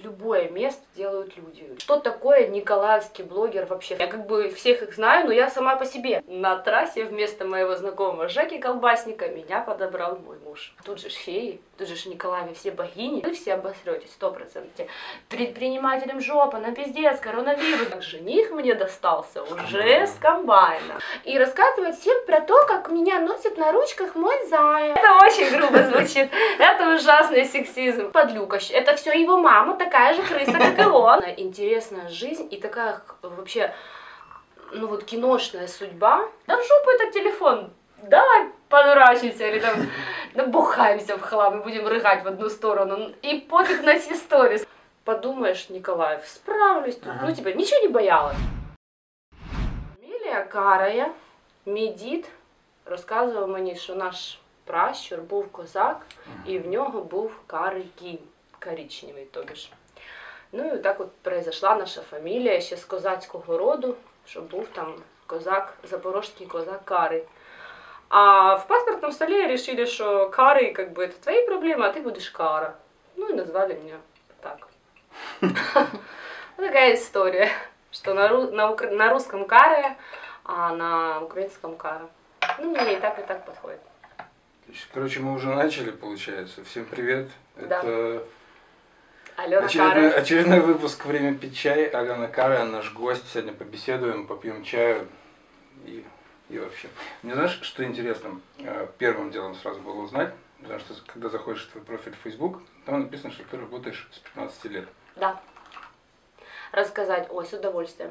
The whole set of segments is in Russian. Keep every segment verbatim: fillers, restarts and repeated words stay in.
любое место делают люди. Что такое николаевский блогер вообще? Я как бы всех их знаю, но я сама по себе. На трассе вместо моего знакомого Жеки Колбасника меня подобрал мой муж. Тут же ж феи, тут же ж в Николаеве все богини. Вы все обосретесь, сто процентов. Предпринимателям жопа, на пиздец, коронавирус. Жених мне достался уже с комбайна. И рассказывать всем про то, как меня носит на ручках мой заяц. Это очень грубо звучит. Это ужасный сексизм. Подлюка. Это все его мама, такая же крыса, как и он. Интересная жизнь и такая вообще, ну вот киношная судьба. Да в жопу этот телефон. Давай подурачимся или там набухаемся в хлам и будем рыгать в одну сторону. И пофиг на все сторис. Подумаешь, Николаев, справлюсь. Ага. Ну типа ничего не боялась. Фамілія Карая, мій дід розказував мені, що наш пращур був козак, і в нього був карий кінь, коричневий, тобі ж. Ну і так от произошла наша фамілія ще з козацького роду, що був там козак, запорожський козак Карий. А в паспортном столе решили, что Карый, как бы, это твои проблемы, а ты будешь Кара. Ну и назвали меня так. Такая история, что на, ру, на, укра... на русском Карая, а на украинском Кара. Ну, мне и так, и так подходит. Короче, мы уже начали, получается. Всем привет. Да. Это Алена очередной, Кара. очередной выпуск «Время пить чай». Алена Кара, наш гость. Сегодня побеседуем, попьем чаю и, и вообще. Мне знаешь, что интересно? Первым делом сразу было узнать, потому что когда заходишь в твой профиль в Facebook, там написано, что ты работаешь с пятнадцати лет. Да. Рассказать, ой, с удовольствием.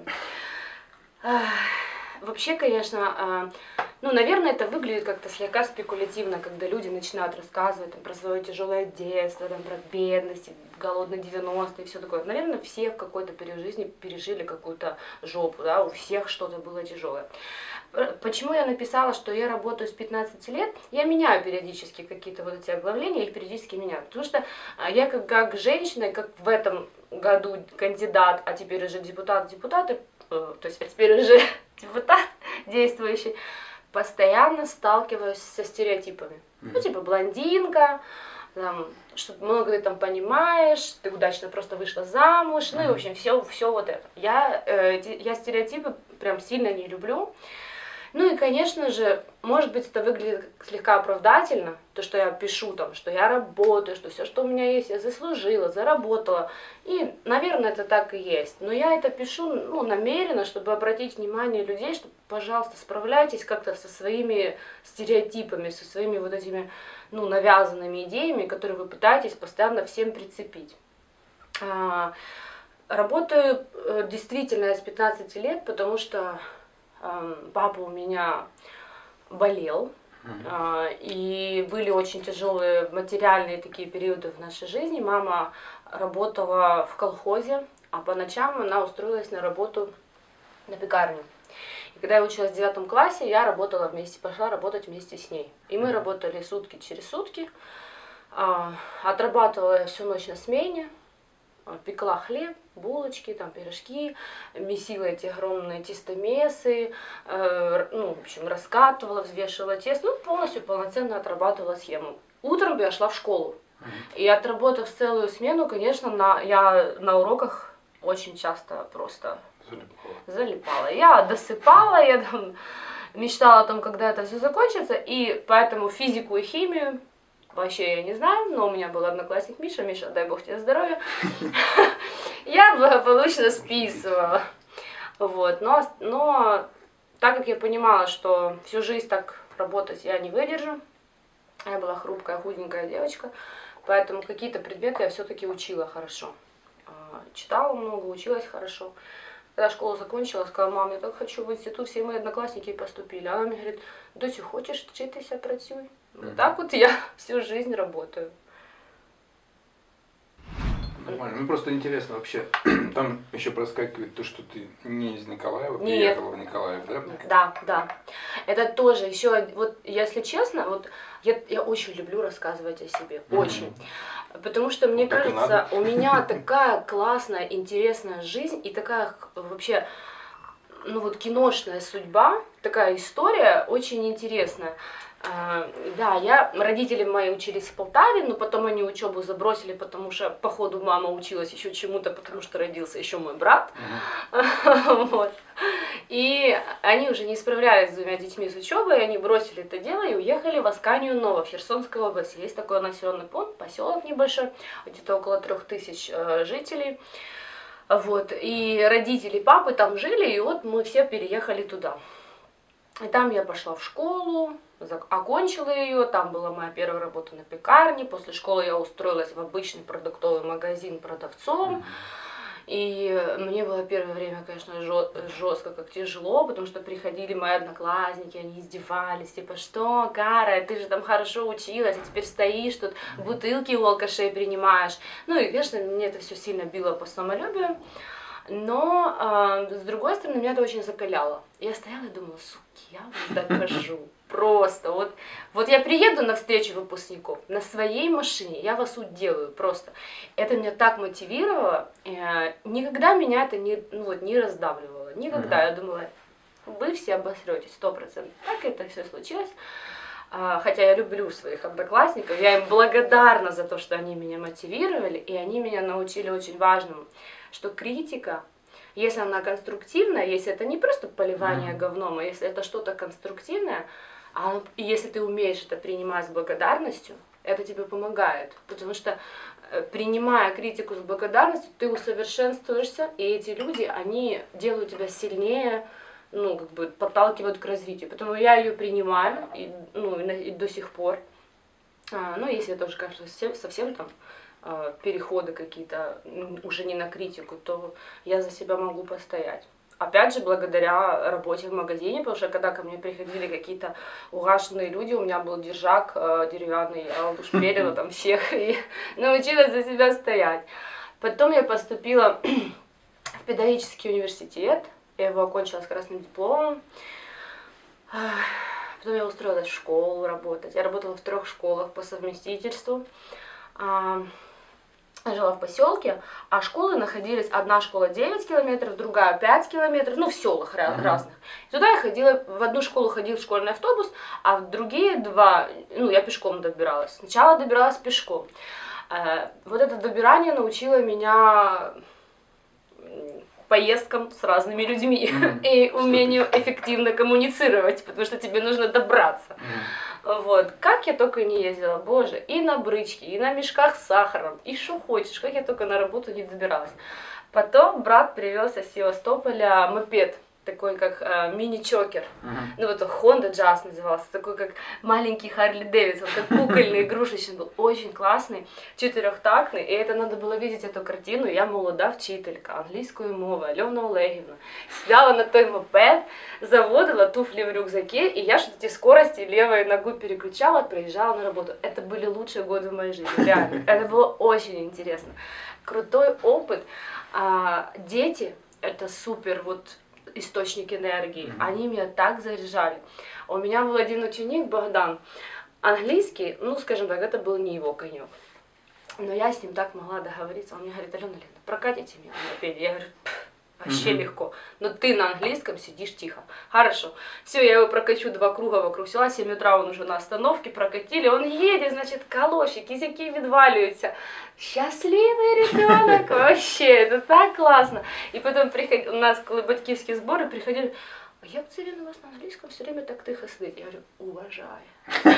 Вообще, конечно, ну, наверное, это выглядит как-то слегка спекулятивно, когда люди начинают рассказывать там, про свое тяжелое детство, там, про бедность, голодные девяностые и все такое. Наверное, все в какой-то период жизни пережили какую-то жопу, да, у всех что-то было тяжелое. Почему я написала, что я работаю с пятнадцати лет? Я меняю периодически какие-то вот эти оглавления, их периодически меняю. Потому что я как, как женщина, как в этом году кандидат, а теперь уже депутат, депутаты, то есть а теперь уже депутат действующий, постоянно сталкиваюсь со стереотипами. Mm-hmm. Ну, типа блондинка, там, что много ты там понимаешь, ты удачно просто вышла замуж, mm-hmm. ну и в общем все, все вот это. Я, э, я стереотипы прям сильно не люблю. Ну и, конечно же, может быть, это выглядит слегка оправдательно, то, что я пишу там, что я работаю, что все, что у меня есть, я заслужила, заработала. И, наверное, это так и есть. Но я это пишу, ну, намеренно, чтобы обратить внимание людей, что, пожалуйста, справляйтесь как-то со своими стереотипами, со своими вот этими, ну, навязанными идеями, которые вы пытаетесь постоянно всем прицепить. А, работаю действительно с пятнадцати лет, потому что папа у меня болел, mm-hmm. и были очень тяжелые материальные такие периоды в нашей жизни. Мама работала в колхозе, а по ночам она устроилась на работу на пекарню. И когда я училась в девятом классе, я работала вместе, пошла работать вместе с ней. И мы mm-hmm. работали сутки через сутки, отрабатывала я всю ночь на смене, пекла хлеб, булочки, там, пирожки, месила эти огромные тестомесы, э, ну, в общем, раскатывала, взвешивала тесто, ну, полностью полноценно отрабатывала схему. Утром я шла в школу, mm-hmm. и отработав целую смену, конечно, на, я на уроках очень часто просто залипала. залипала. Я досыпала, я там мечтала о том, когда это все закончится, и поэтому физику и химию вообще я не знаю, но у меня был одноклассник Миша. Миша, дай бог тебе здоровья. Я благополучно списывала. Вот. Но, но так как я понимала, что всю жизнь так работать я не выдержу, я была хрупкая, худенькая девочка, поэтому какие-то предметы я все-таки учила хорошо. Читала много, училась хорошо. Когда школу закончила, сказала: мам, я так хочу в институт, все мои одноклассники поступили. Она мне говорит: Досю, хочешь вчитися, працюй. Вот mm-hmm. так вот я всю жизнь работаю. Нормально. Ну просто интересно вообще, там еще проскакивает то, что ты не из Николаева, Нет. приехала в Николаев, да? Да, да. Это тоже еще, вот если честно, вот я, я очень люблю рассказывать о себе, mm-hmm. очень. Потому что, мне так кажется, у меня такая классная, интересная жизнь и такая вообще, ну вот киношная судьба, такая история очень интересная. А, да, я, родители мои учились в Полтаве, но потом они учебу забросили, потому что, походу, мама училась еще чему-то, потому что родился еще мой брат. Uh-huh. Вот. И они уже не справлялись с двумя детьми с учебой, они бросили это дело и уехали в Асканию Ново, в Херсонской области. Есть такой населенный пункт, поселок небольшой, где-то около трех тысяч э, жителей. Вот. И родители папы там жили, и вот мы все переехали туда. И там я пошла в школу, окончила ее, там была моя первая работа на пекарне. После школы я устроилась в обычный продуктовый магазин продавцом. И мне было первое время, конечно, жестко, как тяжело, потому что приходили мои одноклассники, они издевались, типа, что, Кара, ты же там хорошо училась, а теперь стоишь тут, бутылки у алкашей принимаешь. Ну и, конечно, мне это все сильно било по самолюбию. Но, э, с другой стороны, меня это очень закаляло. Я стояла и думала, суки, я вам докажу. Просто. Вот, вот я приеду на встречу выпускников на своей машине, я вас уделаю просто. Это меня так мотивировало. Э, никогда меня это не, ну, вот, не раздавливало. Никогда. Mm-hmm. Я думала, вы все обосретесь, сто процентов. Так это все случилось. Uh, хотя я люблю своих одноклассников, я им благодарна за то, что они меня мотивировали, и они меня научили очень важному, что критика, если она конструктивная, если это не просто поливание mm-hmm. говном, а если это что-то конструктивное, а, и если ты умеешь это принимать с благодарностью, это тебе помогает, потому что принимая критику с благодарностью, ты усовершенствуешься, и эти люди, они делают тебя сильнее, ну, как бы подталкивают к развитию. Поэтому я ее принимаю, и, ну, и, и до сих пор. А, ну, если это уже, конечно, совсем, совсем там а, переходы какие-то, уже не на критику, то я за себя могу постоять. Опять же, благодаря работе в магазине, потому что когда ко мне приходили какие-то угашенные люди, у меня был держак э, деревянный, я удушперила там всех и научилась за себя стоять. Потом я поступила в педагогический университет. Я его окончила с красным дипломом. Потом я устроилась в школу работать. Я работала в трех школах по совместительству. Я жила в поселке, а школы находились, одна школа девять километров, другая пять километров, ну в селах разных. Uh-huh. Туда я ходила, в одну школу ходил школьный автобус, а в другие два, ну я пешком добиралась. Сначала добиралась пешком. Вот это добирание научило меня поездкам с разными людьми mm-hmm. и умению эффективно коммуницировать, потому что тебе нужно добраться. Mm-hmm. Вот. Как я только не ездила, боже, и на бричке, и на мешках с сахаром, и что хочешь, как я только на работу не добиралась. Потом брат привез из Севастополя мопед, такой как э, мини-чокер, uh-huh. ну вот Honda Jazz назывался, такой как маленький Харли Дэвидсон, как кукольный, игрушечный, был очень классный, четырехтактный, и это надо было видеть эту картину, я молода вчителька, англійської мови, Альона Олегівна, сидела на той мопед, заводила туфли в рюкзаке, и я что-то эти скорости левой ногу переключала, проезжала на работу. Это были лучшие годы в моей жизни, реально, это было очень интересно. Крутой опыт, а, дети, это супер, вот, источник энергии. Mm-hmm. Они меня так заряжали. У меня был один ученик, Богдан, английский, ну, скажем так, это был не его конек. Но я с ним так могла договориться. Он мне говорит, Алена Лена, прокатите меня на мопеде. Я говорю, вообще mm-hmm. легко. Но ты на английском сидишь тихо. Хорошо. Все, я его прокачу два круга вокруг села. семь утра он уже на остановке, прокатили. Он едет, значит, калоши, кизяки відвалюються. Счастливый ребенок, вообще, это так классно. И потом приходили, у нас коли батьківські збори приходили, а як це він у вас на англійському все время так тихо сидить? Я говорю, уважаю.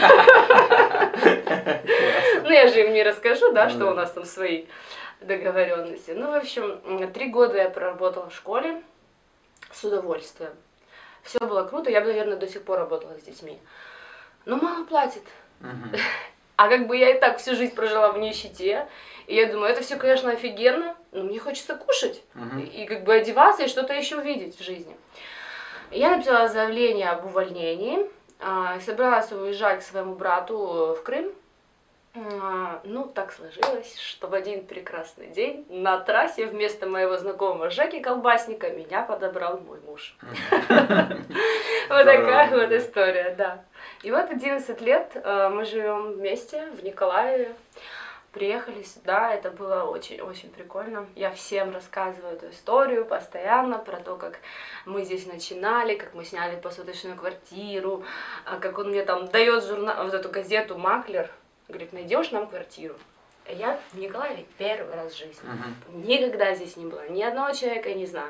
Ну, я же им не расскажу, да, что у нас там свои договоренности. Ну, в общем, три года я проработала в школе с удовольствием. Все было круто, я бы, наверное, до сих пор работала с детьми. Но мало платит. А как бы я и так всю жизнь прожила в нищете, и я думаю, это все, конечно, офигенно, но мне хочется кушать, uh-huh. и, и как бы одеваться, и что-то еще видеть в жизни. Я написала заявление об увольнении, а, собиралась уезжать к своему брату в Крым. А, ну, так сложилось, что в один прекрасный день на трассе вместо моего знакомого Жеки Колбасника меня подобрал мой муж. Вот такая вот история, да. И вот одиннадцать лет мы живем вместе в Николаеве. приехали сюда, это было очень-очень прикольно. Я всем рассказываю эту историю постоянно про то, как мы здесь начинали, как мы сняли посуточную квартиру, как он мне там дает журнал, вот эту газету «Маклер», говорит, найдешь нам квартиру. Я в Николаеве первый раз в жизни, uh-huh. никогда здесь не было, ни одного человека я не знаю.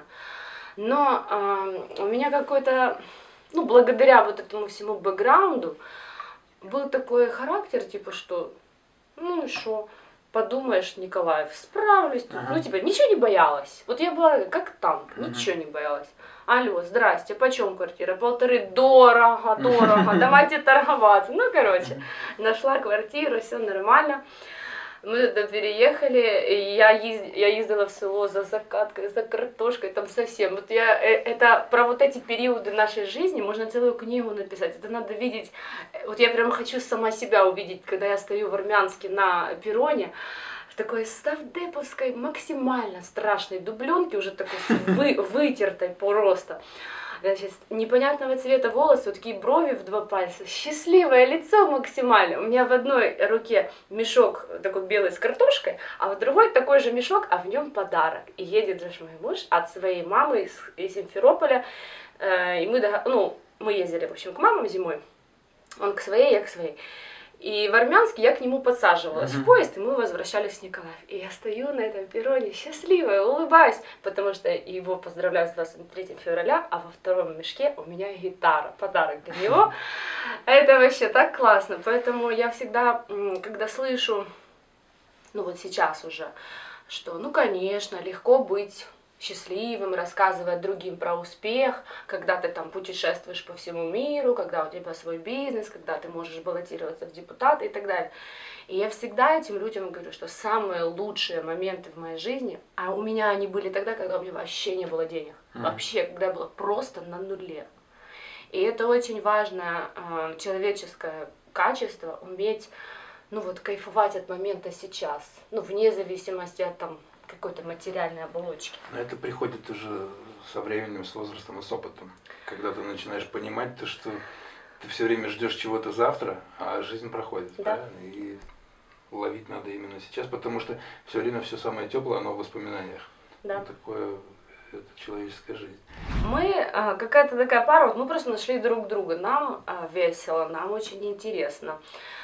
Но э, у меня какой-то, ну, благодаря вот этому всему бэкграунду, был такой характер, типа, что, ну и что, подумаешь, Николаев, справлюсь, тут, ага. ну, типа, ничего не боялась. Вот я была как танк, ага. ничего не боялась. Алло, здрасте, почем квартира? Полторы, дорого, дорого, давайте торговаться. Ну, короче, нашла квартиру, все нормально. Мы туда переехали, и я, езд... я ездила в село за закаткой, за картошкой, там совсем. Вот я, это про вот эти периоды нашей жизни можно целую книгу написать. Это надо видеть, вот я прям хочу сама себя увидеть, когда я стою в Армянске на перроне, в такой ставдеповской максимально страшной дубленке, уже такой вы... вытертой просто. Значит, непонятного цвета волосы, вот такие брови в два пальца, счастливое лицо максимально. У меня в одной руке мешок такой белый с картошкой, а в другой такой же мешок, а в нем подарок. И едет же мой муж от своей мамы из, из Симферополя, э, и мы, ну, мы ездили, в общем, к мамам зимой, он к своей, я к своей. И в Армянске я к нему подсаживалась uh-huh. в поезд, и мы возвращались в Николаев. И я стою на этом перроне счастливая, улыбаюсь, потому что его поздравляю с двадцать третьим февраля, а во втором мешке у меня гитара, подарок для него. Это вообще так классно. Поэтому я всегда, когда слышу, ну вот сейчас уже, что, ну конечно, легко быть счастливым, рассказывать другим про успех, когда ты там путешествуешь по всему миру, когда у тебя свой бизнес, когда ты можешь баллотироваться в депутаты и так далее. И я всегда этим людям говорю, что самые лучшие моменты в моей жизни, а у меня они были тогда, когда у меня вообще не было денег, mm. вообще, когда я была просто на нуле. И это очень важное э, человеческое качество, уметь, ну вот, кайфовать от момента сейчас, ну, вне зависимости от там какой-то материальной оболочки. Но это приходит уже со временем, с возрастом и с опытом. Когда ты начинаешь понимать, то, что ты все время ждешь чего-то завтра, а жизнь проходит. Да. Правильно? И ловить надо именно сейчас, потому что все время все самое теплое, оно в воспоминаниях. Да. Вот такое это человеческая жизнь. Мы а, какая-то такая пара, вот мы просто нашли друг друга. Нам а, весело, нам очень интересно.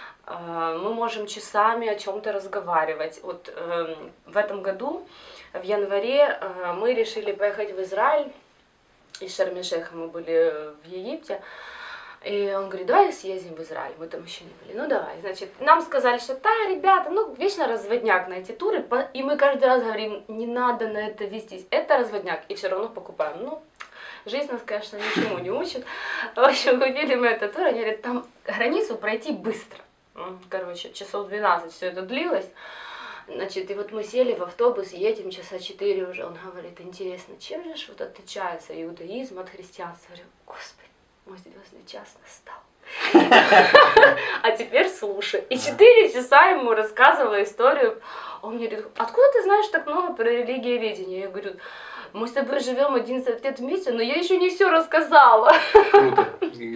Мы можем часами о чем-то разговаривать. Вот э, в этом году, в январе, э, мы решили поехать в Израиль. Из Шарм-эль-Шейха мы были в Египте. И он говорит, давай съездим в Израиль. Мы там еще не были. Ну давай. Значит, нам сказали, что да, ребята, ну вечно разводняк на эти туры. И мы каждый раз говорим, не надо на это вестись. Это разводняк. И все равно покупаем. Ну, жизнь нас, конечно, ничему не учит. В общем, купили мы этот тур. Они говорят, там границу пройти быстро. Короче, часов двенадцать все это длилось. Значит, и вот мы сели в автобус, едем часа четыре уже. Он говорит, интересно, чем же вот отличается иудаизм от христианства? Я говорю, Господи, мой звездный час настал. А теперь слушай. И четыре часа ему рассказывала историю. Он мне говорит, откуда ты знаешь так много про религиоведение? Я говорю, мы с тобой живем одиннадцать лет вместе, но я еще не все рассказала. Круто.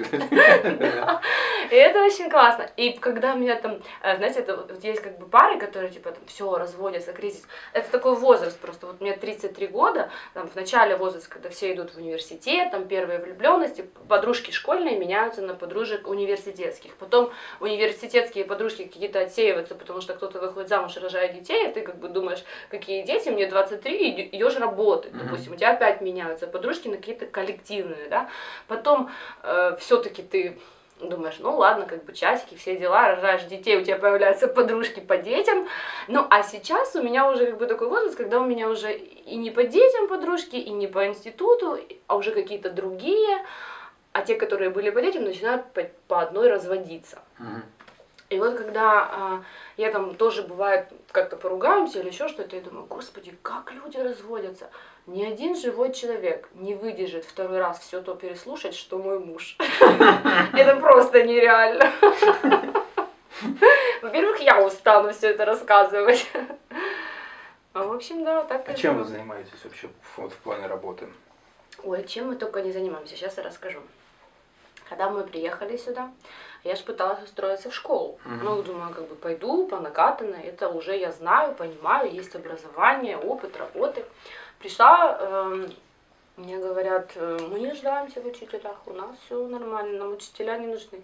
И это очень классно. И когда у меня там, знаете, это вот есть как бы пары, которые типа там все разводятся, кризис. Это такой возраст просто. Вот мне тридцать три года, там в начале возраста, когда все идут в университет, там первые влюбленности, подружки школьные меняются на подружек университетских. Потом университетские подружки какие-то отсеиваются, потому что кто-то выходит замуж и рожает детей, и ты как бы думаешь, какие дети, мне двадцать три, и идешь работать. Допустим, у тебя опять меняются подружки на какие-то коллективные, да. Потом э, все-таки ты думаешь, ну ладно, как бы часики, все дела, рожаешь детей, у тебя появляются подружки по детям. Ну а сейчас у меня уже как бы такой возраст, когда у меня уже и не по детям подружки, и не по институту, а уже какие-то другие, а те, которые были по детям, начинают по, по одной разводиться. Mm-hmm. И вот когда а, я там тоже бывает как-то поругаемся или еще что-то, я думаю, господи, как люди разводятся. Ни один живой человек не выдержит второй раз все то переслушать, что мой муж. Это просто нереально. Во-первых, я устану все это рассказывать. А в общем, да, так и... А чем вы занимаетесь вообще в плане работы? Ой, чем мы только не занимаемся, сейчас я расскажу. Когда мы приехали сюда, я же пыталась устроиться в школу. Мгм. Ну, думаю, как бы пойду по накатанной, это уже я знаю, понимаю, есть образование, опыт работы. Пришла, эм, мне говорят, э, мы не нуждаемся в учителях, у нас все нормально, нам учителя не нужны.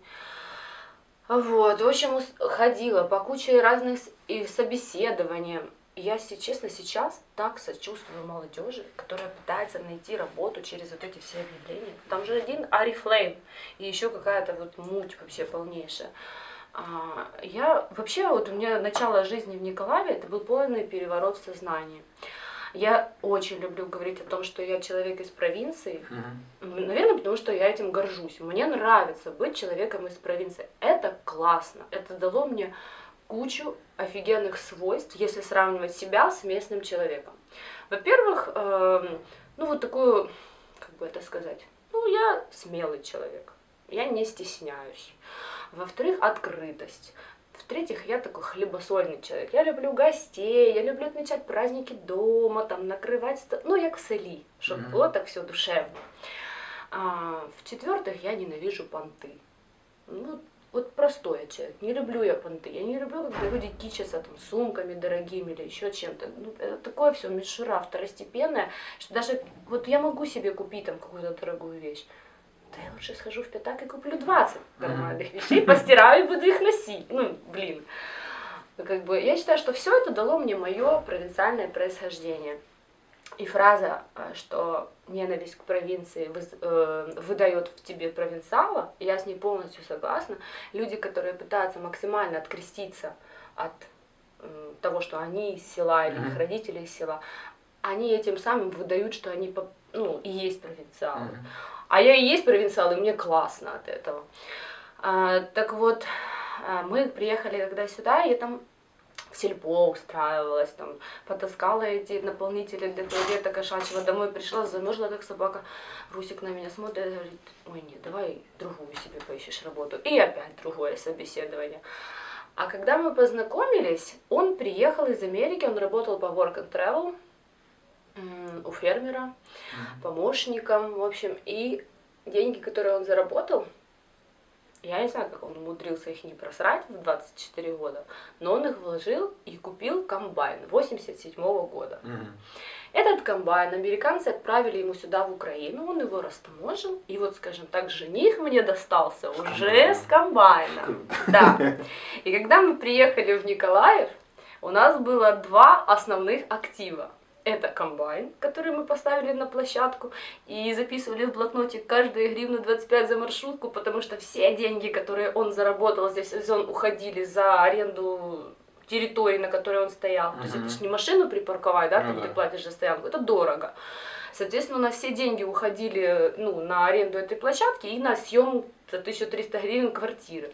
Вот, в общем, ус- ходила по куче разных с- и собеседований. Я, если честно, сейчас так сочувствую молодежи, которая пытается найти работу через вот эти все объявления. Там же один Арифлейм и еще какая-то вот муть вообще полнейшая. А, я вообще, вот у меня начало жизни в Николаеве, это был полный переворот в сознании. Я очень люблю говорить о том, что я человек из провинции. Мгм. Наверное, потому что я этим горжусь. Мне нравится быть человеком из провинции. Это классно. Это дало мне кучу офигенных свойств, если сравнивать себя с местным человеком. Во-первых, эм, ну вот такую, как бы это сказать, ну я смелый человек, я не стесняюсь. Во-вторых, открытость. В-третьих, я такой хлебосольный человек. Я люблю гостей, я люблю отмечать праздники дома, там, накрывать стол. Ну, як в селі, щоб Мгм. було так все душевно. А, в-четвертых, я ненавижу понты. Ну, вот простой я человек. Не люблю я понты. Я не люблю, когда люди кичатся там сумками дорогими или еще чем-то. Ну, это такое все мишура второстепенная, что даже вот я могу себе купить там какую-то дорогую вещь. Да я лучше схожу в пятак и куплю двадцать нормальных вещей, постираю и буду их носить. Ну, блин. Ну, как бы, я считаю, что все это дало мне мое провинциальное происхождение. И фраза, э, что ненависть к провинции выз- э, выдает в тебе провинциала, я с ней полностью согласна. Люди, которые пытаются максимально откреститься от э, того, что они из села или их Мгм. родители из села, они этим самым выдают, что они по- ну, и есть провинциалы. Мгм. А я и есть провинциал, и мне классно от этого. А, так вот, а, мы приехали когда сюда, я там в сельпо устраивалась, там, потаскала эти наполнители для туалета кошачьего, домой пришла, замерзла как собака. Русик на меня смотрит и говорит, ой, нет, давай другую себе поищешь работу. И опять другое собеседование. А когда мы познакомились, он приехал из Америки, он работал по work and travel м, у фермера, помощником, в общем, и деньги, которые он заработал, я не знаю, как он умудрился их не просрать в двадцать четыре года, но он их вложил и купил комбайн восемьдесят седьмого года. Мгм. Этот комбайн американцы отправили ему сюда, в Украину, он его растаможил, и вот, скажем так, жених мне достался уже с комбайном. Круто. Да. И когда мы приехали в Николаев, у нас было два основных актива. Это комбайн, который мы поставили на площадку и записывали в блокнотик каждую гривну двадцать пять за маршрутку, потому что все деньги, которые он заработал здесь в сезон, уходили за аренду территории, на которой он стоял. То есть это Мгм. же не машину припарковать, да, Ну там да. ты платишь за стоянку, это дорого. Соответственно, у нас все деньги уходили, ну, на аренду этой площадки и на съем за тысячу триста гривен квартиры.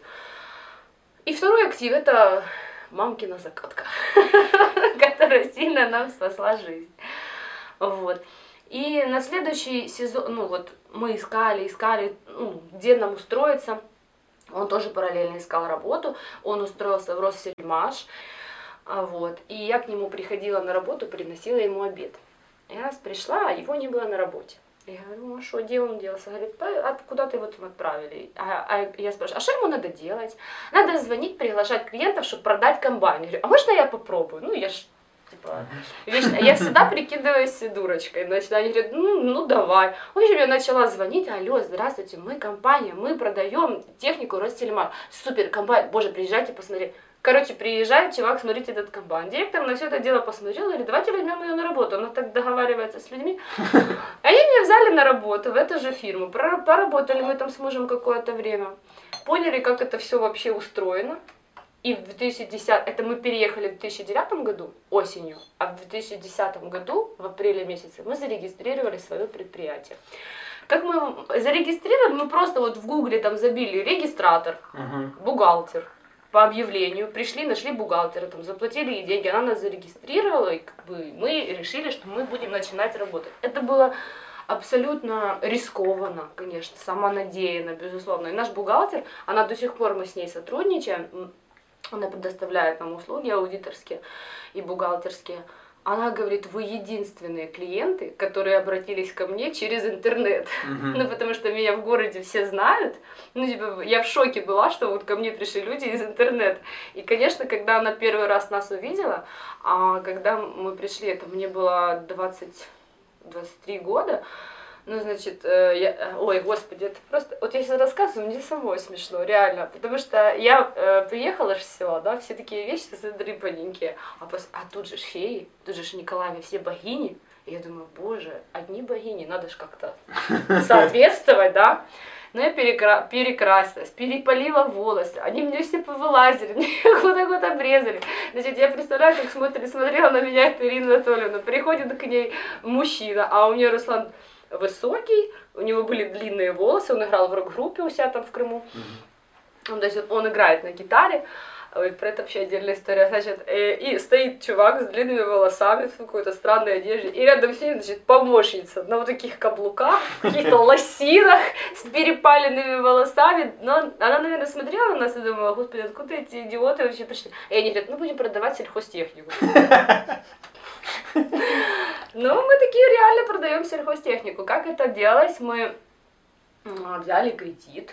И второй актив — это мамкина закатка, которая сильно нам спасла жизнь. Вот. И на следующий сезон, ну вот, мы искали, искали, ну, где нам устроиться. Он тоже параллельно искал работу, он устроился в Россельмаш, а вот, и я к нему приходила на работу, приносила ему обед. Я раз пришла, а его не было на работе. Я говорю, ну а что, где он делся? Говорит, а куда ты его там отправили? А, а я спрашиваю, а что ему надо делать? Надо звонить, приглашать клиентов, чтобы продать комбайн. Я говорю, а можно я попробую? Ну, я ж, типа, вечно, я всегда прикидываюсь дурочкой. Значит, они говорят, ну, ну давай. В общем, я начала звонить, алло, здравствуйте, мы компания, мы продаем технику Россельмаш. Супер, комбайн, боже, приезжайте посмотреть. Короче, приезжает чувак смотреть этот комбайн. Директор на все это дело посмотрел, говорит, давайте возьмем ее на работу. Она так договаривается с людьми. Они меня взяли на работу в эту же фирму. Поработали мы там с мужем какое-то время. Поняли, как это все вообще устроено. И в две тысячи десятом, это мы переехали в две тысячи девятом году осенью, а в две тысячи десятом году, в апреле месяце, мы зарегистрировали свое предприятие. Как мы зарегистрировали, мы просто вот в гугле там забили регистратор, Мгм. бухгалтер. По объявлению пришли, нашли бухгалтера, там, заплатили ей деньги, она нас зарегистрировала, и как бы мы решили, что мы будем начинать работать. Это было абсолютно рискованно, конечно, самонадеянно, безусловно. И наш бухгалтер, она до сих пор, мы с ней сотрудничаем, она предоставляет нам услуги аудиторские и бухгалтерские. Она говорит, вы единственные клиенты, которые обратились ко мне через интернет. Mm-hmm. Ну, потому что меня в городе все знают. Ну, типа, я в шоке была, что вот ко мне пришли люди из интернета. И, конечно, когда она первый раз нас увидела, а когда мы пришли, это мне было двадцать, двадцать три года, ну, значит, я, ой, господи, это просто, вот я сейчас рассказываю, мне самой смешно, реально, потому что я э, приехала же с села, да, все такие вещи задрипаненькие, а, пос, а тут же феи, тут же Николаеве все богини, и я думаю, боже, одни богини, надо же как-то соответствовать, да, но я перекра... перекрасилась, перепалила волосы, они мне все повылазили, мне их вот так вот обрезали. Значит, я представляю, как смотри, смотрела на меня эта Ирина Анатольевна, приходит к ней мужчина, а у меня Руслан высокий, у него были длинные волосы, он играл в рок-группе у себя там в Крыму, mm-hmm. он, значит, он играет на гитаре, ой, про это вообще отдельная история, значит, и, и стоит чувак с длинными волосами в какой-то странной одежде, и рядом с ним, значит, помощница на вот таких каблуках, в каких-то лосинах, с перепаленными волосами, но она, наверное, смотрела на нас и думала, господи, откуда эти идиоты вообще пришли? И они говорят, мы будем продавать сельхозтехнику. Ну, мы такие реально продаем сельхозтехнику. Как это делалось? Мы взяли кредит,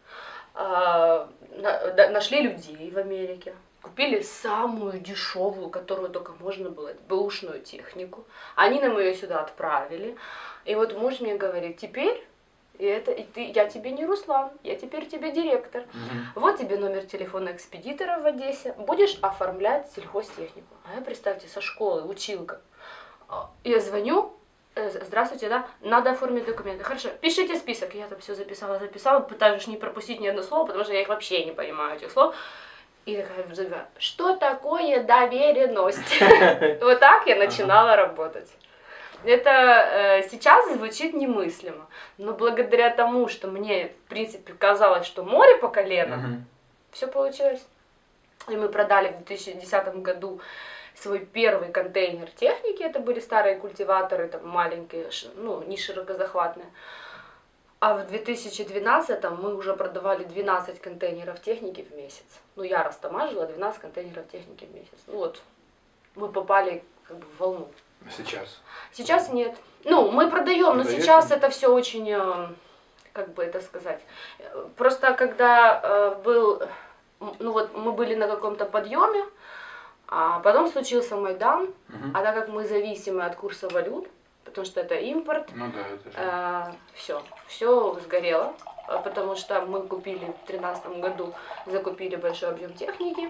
нашли людей в Америке, купили самую дешевую, которую только можно было, бэушную технику. Они нам ее сюда отправили. И вот муж мне говорит, теперь и это, и ты, я тебе не Руслан, я теперь тебе директор. Mm-hmm. Вот тебе номер телефона экспедитора в Одессе, будешь оформлять сельхозтехнику. А я, представьте, со школы, училка. Я звоню, здравствуйте, да, надо оформить документы. Хорошо, пишите список. Я там все записала, записала, пытаюсь не пропустить ни одно слово, потому что я их вообще не понимаю, этих слов. И такая, что такое доверенность? Вот так я начинала работать. Это э, сейчас звучит немыслимо, но благодаря тому, что мне, в принципе, казалось, что море по колено, uh-huh. все получилось. И мы продали в две тысячи десятом году свой первый контейнер техники, это были старые культиваторы, там маленькие, ну, не широкозахватные. А в две тысячи двенадцатом мы уже продавали двенадцать контейнеров техники в месяц. Ну, я растамажила двенадцать контейнеров техники в месяц. Ну вот, мы попали как бы в волну. Сейчас? Сейчас нет. Ну, мы продаем, но сейчас это все очень, как бы это сказать. Просто когда э, был, ну вот мы были на каком-то подъеме, а потом случился Майдан, угу. а так как мы зависимы от курса валют, потому что это импорт, ну да, это же... э, все, все сгорело, потому что мы купили в две тысячи тринадцатом году, закупили большой объем техники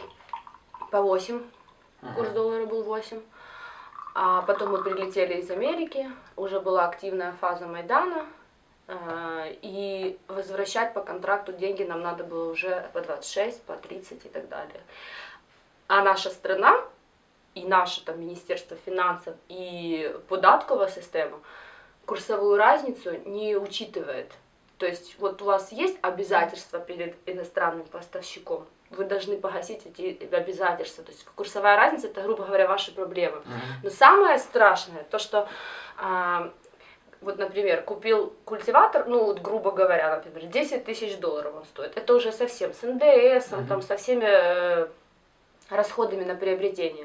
по восемь, угу. курс доллара был восемь. А потом мы прилетели из Америки, уже была активная фаза Майдана, э, и возвращать по контракту деньги нам надо было уже по двадцать шесть, по тридцать и так далее. А наша страна и наше там Министерство финансов и податковая система курсовую разницу не учитывает. То есть вот у вас есть обязательства перед иностранным поставщиком, вы должны погасить эти обязательства. То есть курсовая разница, это, грубо говоря, ваши проблемы. Mm-hmm. Но самое страшное, то, что, а, вот, например, купил культиватор, ну, вот, грубо говоря, например, десять тысяч долларов он стоит. Это уже совсем с эн дэ эс, mm-hmm. там, со всеми э, расходами на приобретение.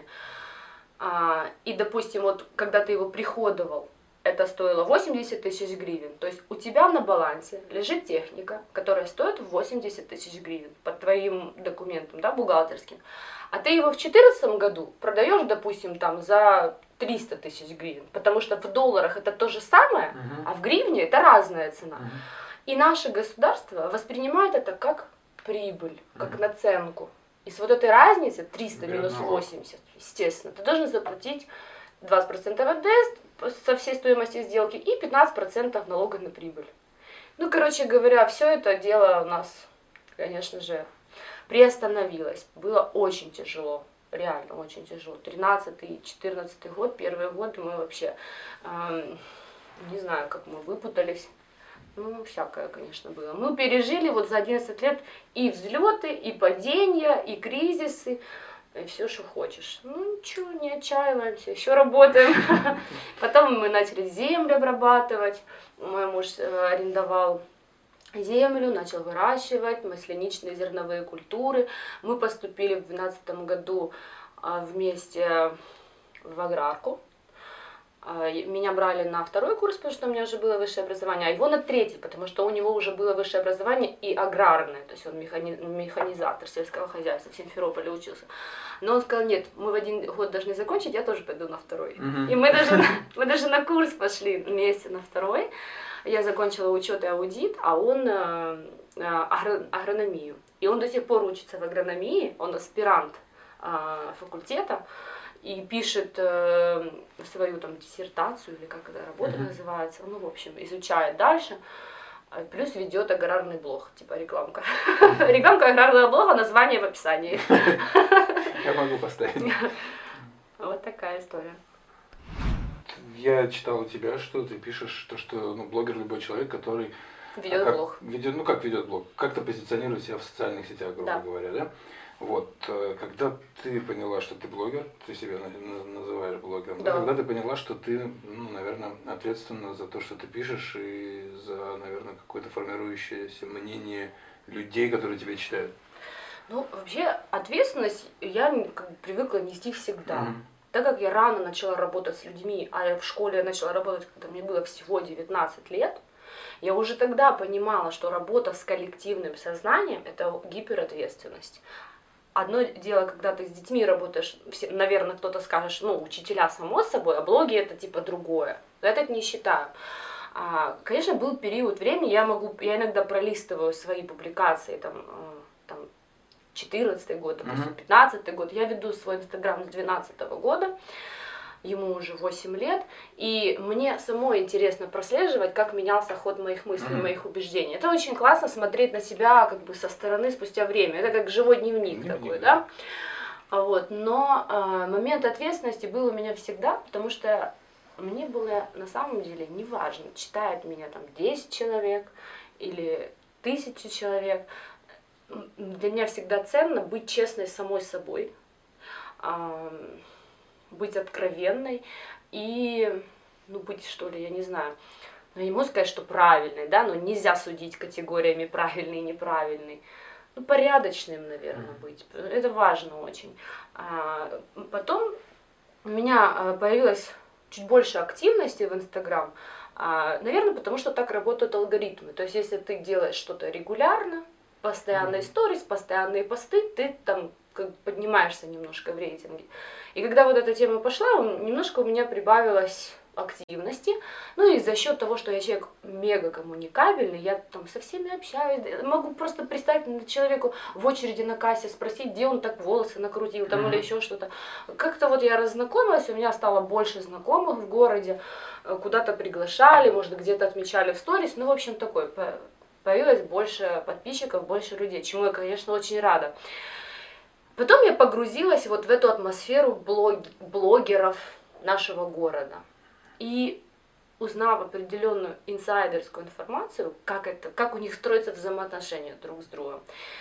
А, и, допустим, вот, когда ты его приходовал, это стоило восемьдесят тысяч гривен. То есть у тебя на балансе лежит техника, которая стоит восемьдесят тысяч гривен по твоим документам, да, бухгалтерским. А ты его в две тысячи четырнадцатом году продаешь, допустим, там за триста тысяч гривен, потому что в долларах это то же самое, uh-huh. а в гривне это разная цена. Uh-huh. И наше государство воспринимает это как прибыль, как uh-huh. наценку. И с вот этой разницы триста минус восемьдесят, естественно, ты должен заплатить двадцать процентов эн дэ эс со всей стоимости сделки и пятнадцать процентов налога на прибыль. Ну, короче говоря, все это дело у нас, конечно же, приостановилось. Было очень тяжело, реально очень тяжело. тринадцатый, четырнадцатый год, первые годы мы вообще, э, не знаю, как мы выпутались. Ну, всякое, конечно, было. Мы пережили вот за одиннадцать лет и взлеты, и падения, и кризисы. И все, что хочешь. Ну, ничего, не отчаиваемся, еще работаем. Потом мы начали землю обрабатывать. Мой муж арендовал землю, начал выращивать масляничные зерновые культуры. Мы поступили в две тысячи двенадцатом году вместе в аграрку. Меня брали на второй курс, потому что у меня уже было высшее образование, а его на третий, потому что у него уже было высшее образование и аграрное, то есть он механи... механизатор сельского хозяйства, в Симферополе учился. Но он сказал, нет, мы в один год должны закончить, я тоже пойду на второй. Uh-huh. И мы даже, мы даже на курс пошли вместе на второй. Я закончила учет и аудит, а он э, агро... агрономию. И он до сих пор учится в агрономии, он аспирант э, факультета. И пишет э, свою там диссертацию, или как эта работа uh-huh. называется, ну, в общем, изучает дальше, плюс ведет аграрный блог, типа рекламка. Uh-huh. Рекламка аграрного блога, название в описании. Я могу поставить. Вот такая история. Я читал у тебя, что ты пишешь, то, что ну, блогер любой человек, который ведет как, блог. Ведет, ну как ведет блог? Как-то позиционирует себя в социальных сетях, грубо да. говоря, да? Вот, когда ты поняла, что ты блогер, ты себя называешь блогером, да. Да, когда ты поняла, что ты, ну, наверное, ответственна за то, что ты пишешь, и за, наверное, какое-то формирующееся мнение людей, которые тебя читают? Ну, вообще, ответственность я как бы привыкла нести всегда. Mm-hmm. Так как я рано начала работать с людьми, а я в школе начала работать, когда мне было всего девятнадцать лет, я уже тогда понимала, что работа с коллективным сознанием – это гиперответственность. Одно дело, когда ты с детьми работаешь, все, наверное, кто-то скажет, ну, учителя само собой, а блоги это типа другое. Я так не считаю. А, конечно, был период времени, я могу, я иногда пролистываю свои публикации, там, там четырнадцатый год, допустим, пятнадцатый год. Я веду свой инстаграм с двенадцатого года. Ему уже восемь лет, и мне самой интересно прослеживать, как менялся ход моих мыслей, mm-hmm. моих убеждений. Это очень классно смотреть на себя как бы со стороны спустя время. Это как живой дневник mm-hmm. такой, да? Вот. Но э, момент ответственности был у меня всегда, потому что мне было на самом деле неважно, читает меня там десять человек или тысяча человек. Для меня всегда ценно быть честной самой собой, э, быть откровенной и, ну, быть, что ли, я не знаю, ну, я не могу сказать, что правильной, да, но нельзя судить категориями правильный и неправильный. Ну, порядочным, наверное, быть. Это важно очень. А потом у меня появилось чуть больше активности в Инстаграм, а, наверное, потому что так работают алгоритмы. То есть, если ты делаешь что-то регулярно, постоянные сторис, постоянные посты, ты там как поднимаешься немножко в рейтинге. И когда вот эта тема пошла, немножко у меня прибавилось активности. Ну и за счет того, что я человек мега коммуникабельный, я там со всеми общаюсь, могу просто представить человеку в очереди на кассе, спросить, где он так волосы накрутил, там, mm-hmm. или еще что-то. Как-то вот я разнакомилась, у меня стало больше знакомых в городе, куда-то приглашали, может, где-то отмечали в сторис, ну, в общем, такой, появилось больше подписчиков, больше людей, чему я, конечно, очень рада. Потом я погрузилась вот в эту атмосферу блог, блогеров нашего города. И узнав определенную инсайдерскую информацию, как, это, как у них строятся взаимоотношения друг с другом,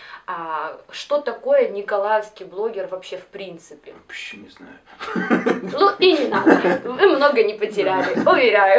а, что такое николаевский блогер вообще в принципе. Вообще не знаю. Ну и не надо, вы много не потеряли, уверяю.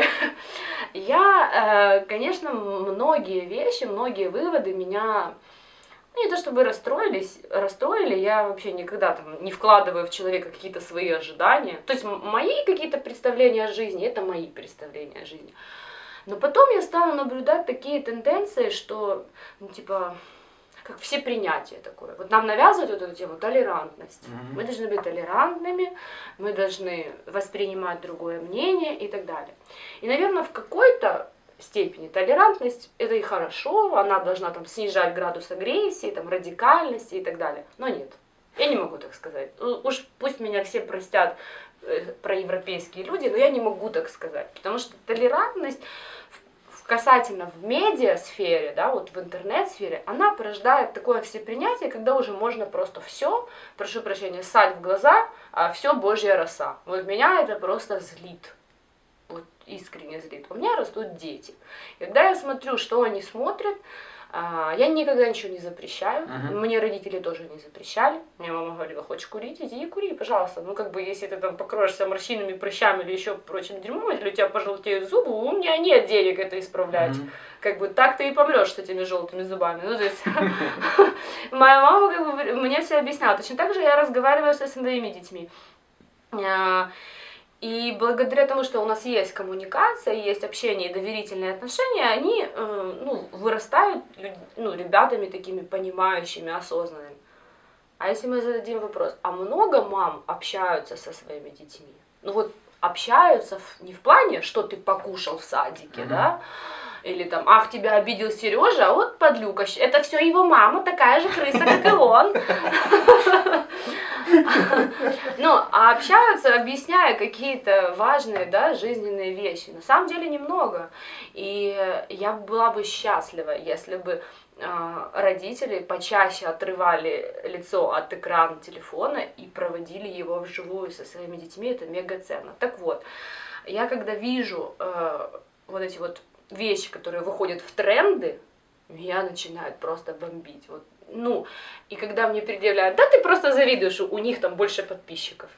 Я, конечно, многие вещи, многие выводы меня... Не то чтобы расстроились, расстроили, я вообще никогда там не вкладываю в человека какие-то свои ожидания. То есть мои какие-то представления о жизни, это мои представления о жизни. Но потом я стала наблюдать такие тенденции, что, ну, типа, как всепринятие такое. Вот нам навязывают вот эту тему толерантность. Mm-hmm. Мы должны быть толерантными, мы должны воспринимать другое мнение и так далее. И, наверное, в какой-то степени толерантность это и хорошо, она должна там снижать градус агрессии, там радикальности и так далее. Но нет, я не могу так сказать. Уж пусть меня все простят э, проевропейские люди, но я не могу так сказать, потому что толерантность в, в касательно в медиасфере, да, вот в интернет-сфере, она порождает такое всепринятие, когда уже можно просто все, прошу прощения, ссать в глаза, а все божья роса. Вот меня это просто злит. Вот искренне злит. У меня растут дети. И когда я смотрю, что они смотрят, я никогда ничего не запрещаю. Uh-huh. Мне родители тоже не запрещали. Мне мама говорила, хочешь курить, иди и кури, пожалуйста. Ну, как бы, если ты там покроешься морщинами, прыщами или еще прочим дерьмом, или у тебя пожелтеют зубы, у меня нет денег это исправлять. Uh-huh. Как бы, так ты и помрешь с этими желтыми зубами. Ну, то есть, моя мама, как бы, мне все объясняла. Точно так же я разговариваю со своими детьми. И благодаря тому, что у нас есть коммуникация, есть общение и доверительные отношения, они ну, вырастают ну, ребятами такими понимающими, осознанными. А если мы зададим вопрос, а много мам общаются со своими детьми? Ну вот общаются не в плане, что ты покушал в садике, mm-hmm. да? Или там, ах, тебя обидел Сережа, а вот подлюка, это все его мама, такая же крыса, как и он. Ну, а общаются, объясняя какие-то важные, да, жизненные вещи. На самом деле немного. И я была бы счастлива, если бы родители почаще отрывали лицо от экрана телефона и проводили его вживую со своими детьми. Это мега ценно. Так вот, я когда вижу э, вот эти вот вещи, которые выходят в тренды, меня начинают просто бомбить. Вот, ну, и когда мне предъявляют, да ты просто завидуешь, у них там больше подписчиков.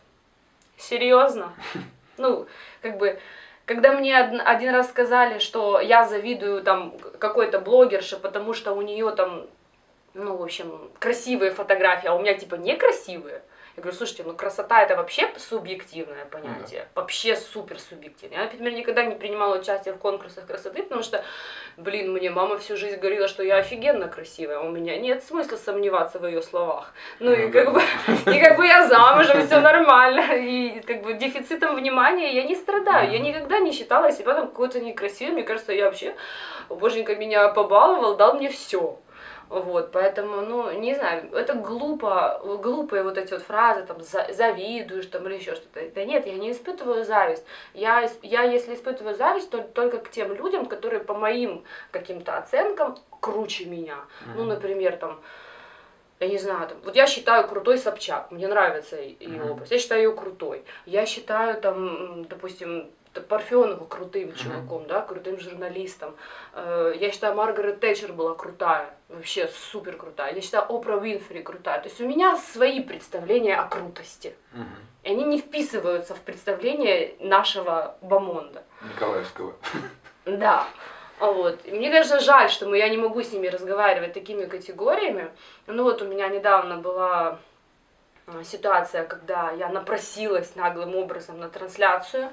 Серьезно? Ну, как бы, когда мне один раз сказали, что я завидую там какой-то блогерше, потому что у нее там, ну, в общем, красивые фотографии, а у меня типа некрасивые. Я говорю, слушайте, ну красота это вообще субъективное понятие, да. Вообще супер субъективное. Я, например, никогда не принимала участие в конкурсах красоты, потому что, блин, мне мама всю жизнь говорила, что я офигенно красивая, у меня нет смысла сомневаться в ее словах. Ну и как бы, и как бы я замужем, все нормально, и как бы дефицитом внимания я не страдаю, я никогда не считала себя там какой-то некрасивой, мне кажется, я вообще, боженька меня побаловал, дал мне все. Вот, поэтому, ну, не знаю, это глупо, глупые вот эти вот фразы, там, завидуешь, там, или еще что-то. Да нет, я не испытываю зависть. Я, я если испытываю зависть, то только к тем людям, которые по моим каким-то оценкам круче меня. Mm-hmm. Ну, например, там, я не знаю, там, вот я считаю крутой Собчак, мне нравится ее mm-hmm. образ, я считаю ее крутой. Я считаю, там, допустим, Парфенову крутым чуваком, mm-hmm. да, крутым журналистом. Я считаю, Маргарет Тэтчер была крутая, вообще супер крутая. Я считаю, Опра Уинфри крутая. То есть у меня свои представления о крутости. Mm-hmm. И они не вписываются в представление нашего бомонда. Николаевского. Да. Вот. И мне, конечно, жаль, что я не могу с ними разговаривать такими категориями. Ну вот у меня недавно была ситуация, когда я напросилась наглым образом на трансляцию,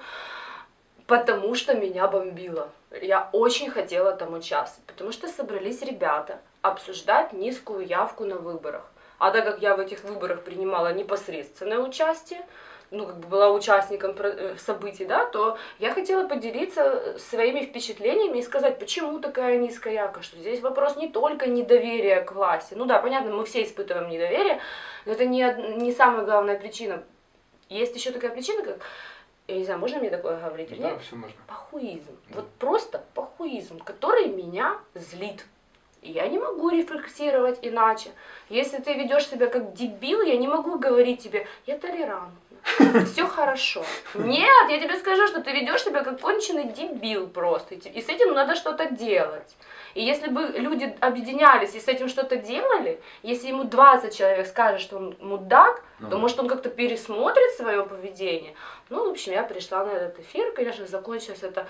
потому что меня бомбило. Я очень хотела там участвовать, потому что собрались ребята обсуждать низкую явку на выборах. А так как я в этих выборах принимала непосредственное участие, ну, как бы была участником событий, да, то я хотела поделиться своими впечатлениями и сказать, почему такая низкая явка, что здесь вопрос не только недоверия к власти. Ну да, понятно, мы все испытываем недоверие, но это не, не самая главная причина. Есть еще такая причина, как... Я не знаю, можно мне такое говорить или да, нет? Все можно. Похуизм. Да. Вот просто похуизм, который меня злит. И я не могу рефлексировать иначе. Если ты ведешь себя как дебил, я не могу говорить тебе, я толерантна, все хорошо. Нет, я тебе скажу, что ты ведешь себя как конченый дебил просто. И с этим надо что-то делать. И если бы люди объединялись и с этим что-то делали, если ему двадцать человек скажет, что он мудак, ну, то может он как-то пересмотрит свое поведение. Ну, в общем, я пришла на этот эфир, конечно, закончилось это,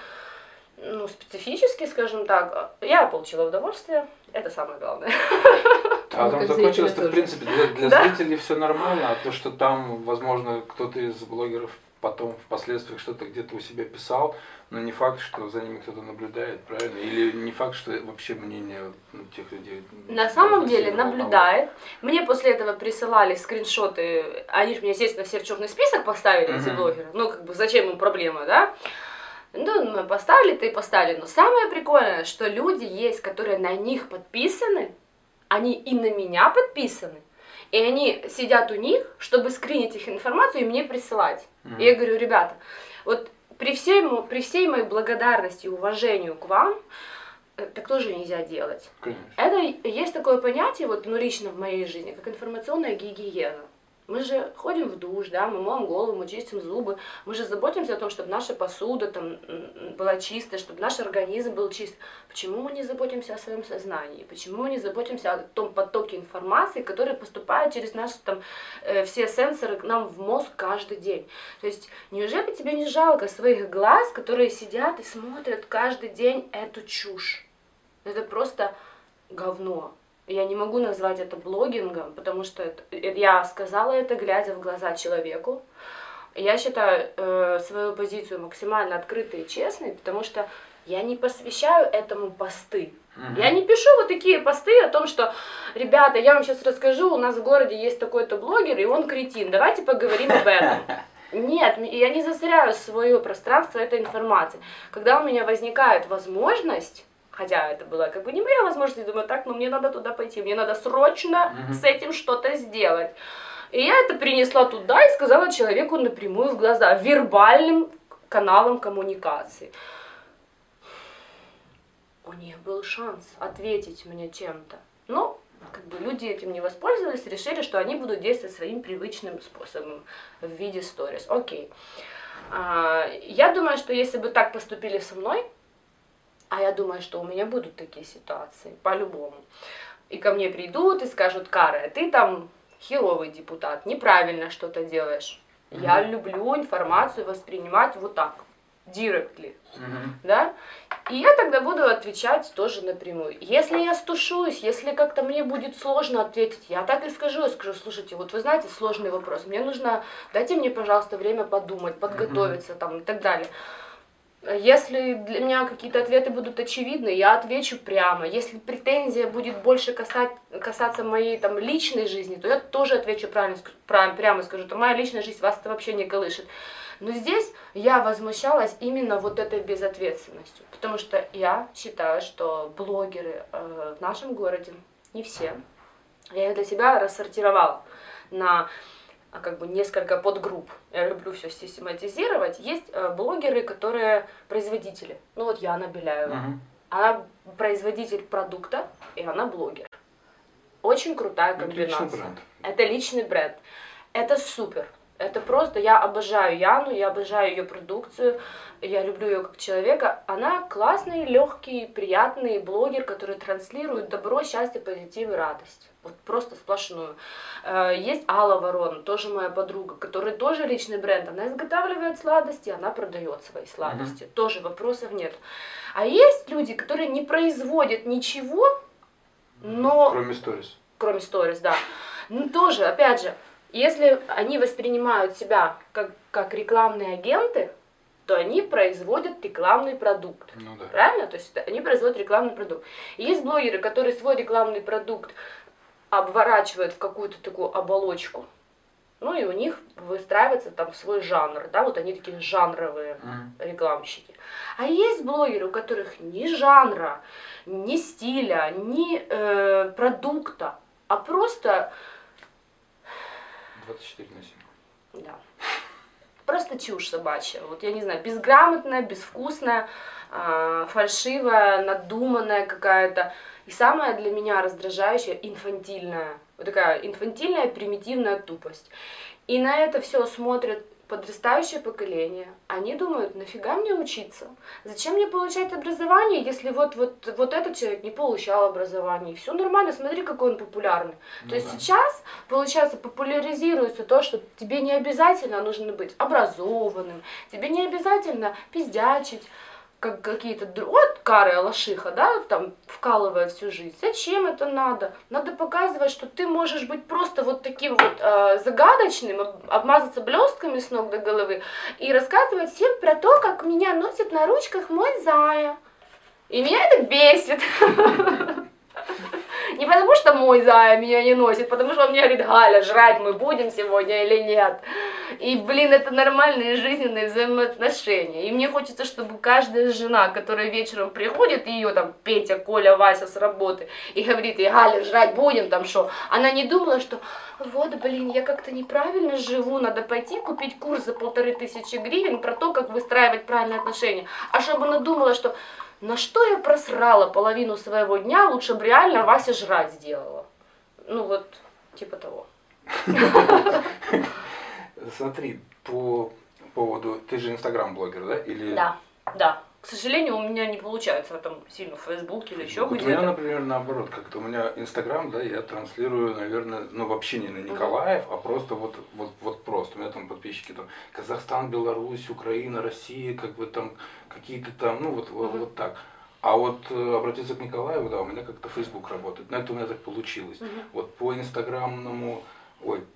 ну, специфически, скажем так. Я получила удовольствие, это самое главное. Да, там закончилось-то, в принципе, для, для да? зрителей все нормально, а то, что там, возможно, кто-то из блогеров потом впоследствии что-то где-то у себя писал, но не факт, что за ними кто-то наблюдает, правильно? Или не факт, что вообще мнение ну, тех людей... На самом деле наблюдает. Мне после этого присылали скриншоты, они же меня, естественно, все в черный список поставили, uh-huh. эти блогеры. Ну, как бы, зачем им проблема, да? Ну, мы поставили-то и поставили. Но самое прикольное, что люди есть, которые на них подписаны, они и на меня подписаны, и они сидят у них, чтобы скринить их информацию и мне присылать. Mm-hmm. И я говорю, ребята, вот при всей, при всей моей благодарности и уважению к вам, так тоже нельзя делать. Конечно. Это есть такое понятие, вот, ну, лично в моей жизни, как информационная гигиена. Мы же ходим в душ, да, мы моем голову, мы чистим зубы, мы же заботимся о том, чтобы наша посуда там была чистая, чтобы наш организм был чист. Почему мы не заботимся о своем сознании? Почему мы не заботимся о том потоке информации, который поступает через наши там э, все сенсоры к нам в мозг каждый день? То есть неужели тебе не жалко своих глаз, которые сидят и смотрят каждый день эту чушь? Это просто говно. Я не могу назвать это блогингом, потому что это, я сказала это, глядя в глаза человеку, Я считаю э, свою позицию максимально открытой и честной, потому что я не посвящаю этому посты. Uh-huh. Я не пишу вот такие посты о том, что, ребята, я вам сейчас расскажу, у нас в городе есть такой-то блогер, и он кретин, давайте поговорим об этом. Нет, я не засоряю свое пространство этой информации. Когда у меня возникает возможность, хотя это была как бы не моя возможность, я думаю, так, ну мне надо туда пойти, мне надо срочно uh-huh. с этим что-то сделать. И я это принесла туда и сказала человеку напрямую в глаза, вербальным каналом коммуникации. У них был шанс ответить мне чем-то. Но как бы люди этим не воспользовались, решили, что они будут действовать своим привычным способом в виде сторис. Окей. А, я думаю, что если бы так поступили со мной, а я думаю, что у меня будут такие ситуации, по-любому, и ко мне придут и скажут, Кара, ты там херовый депутат, неправильно что-то делаешь. Mm-hmm. Я люблю информацию воспринимать вот так, directly, mm-hmm. да? И я тогда буду отвечать тоже напрямую. Если я стушусь, если как-то мне будет сложно ответить, я так и скажу, я скажу, слушайте, вот вы знаете, сложный вопрос, мне нужно, дайте мне, пожалуйста, время подумать, подготовиться mm-hmm. там и так далее. Если для меня какие-то ответы будут очевидны, я отвечу прямо. Если претензия будет больше касать, касаться моей там, личной жизни, то я тоже отвечу правильно, прямо скажу, что моя личная жизнь вас это вообще не колышет. Но здесь я возмущалась именно вот этой безответственностью, потому что я считаю, что блогеры э, в нашем городе, не все, я их для себя рассортировала на как бы несколько подгрупп. Я люблю все систематизировать. Есть э, блогеры, которые производители. Ну вот Яна Беляева. Uh-huh. Она производитель продукта, и она блогер. Очень крутая комбинация. Это личный бренд. Это личный бренд. Это супер. Это просто, я обожаю Яну, я обожаю ее продукцию, я люблю ее как человека. Она классный, легкий, приятный блогер, который транслирует добро, счастье, позитив и радость. Вот просто сплошную. Есть Алла Ворон, тоже моя подруга, которая тоже личный бренд. Она изготавливает сладости, она продает свои сладости. Mm-hmm. Тоже вопросов нет. А есть люди, которые не производят ничего, но... Кроме сторис. Кроме сторис, да. Ну тоже, опять же, если они воспринимают себя как, как рекламные агенты, то они производят рекламный продукт. Ну, да. Правильно? То есть они производят рекламный продукт. И есть блогеры, которые свой рекламный продукт обворачивают в какую-то такую оболочку. Ну и у них выстраивается там свой жанр. Да? Вот они такие жанровые mm. рекламщики. А есть блогеры, у которых ни жанра, ни стиля, ни э, продукта, а просто... двадцать четыре на семь. Да. Просто чушь собачья. Вот я не знаю, безграмотная, безвкусная, э, фальшивая, надуманная какая-то. И самое для меня раздражающее — инфантильная. Вот такая инфантильная, примитивная тупость. И на это все смотрят подрастающее поколение. Они думают, нафига мне учиться? Зачем мне получать образование, если вот, вот, вот этот человек не получал образование? Все нормально, смотри, какой он популярный. Ну, то есть да. Сейчас, получается, популяризируется то, что тебе не обязательно нужно быть образованным, тебе не обязательно пиздячить, как какие-то... Вот Кара Алашиха, да, там вкалывает всю жизнь. Зачем это надо? Надо показывать, что ты можешь быть просто вот таким вот э, загадочным, обмазаться блестками с ног до головы и рассказывать всем про то, как меня носит на ручках мой зая. И меня это бесит. Не потому что мой зая меня не носит, потому что он мне говорит: Галя, жрать мы будем сегодня или нет? И, блин, это нормальные жизненные взаимоотношения. И мне хочется, чтобы каждая жена, которая вечером приходит, ее там Петя, Коля, Вася с работы, и говорит ей: Галя, жрать будем, там что, она не думала, что вот, блин, я как-то неправильно живу, надо пойти купить курс за полторы тысячи гривен про то, как выстраивать правильные отношения. А чтобы она думала, что на что я просрала половину своего дня, лучше бы реально Вася жрать сделала. Ну вот, типа того. Смотри, по поводу... Ты же инстаграм-блогер, да? Или... Да, да. К сожалению, у меня не получается там сильно в Фейсбуке или еще вот где-то. У меня, например, наоборот, как-то у меня инстаграм, да, я транслирую, наверное, ну вообще не на Николаев, uh-huh. а просто вот, вот, вот просто. У меня там подписчики там Казахстан, Беларусь, Украина, Россия, как бы там какие-то там, ну вот, uh-huh. вот так. А вот э, обратиться к Николаеву, да, у меня как-то Facebook работает. Но это у меня так получилось. Uh-huh. Вот по инстаграмному, ой,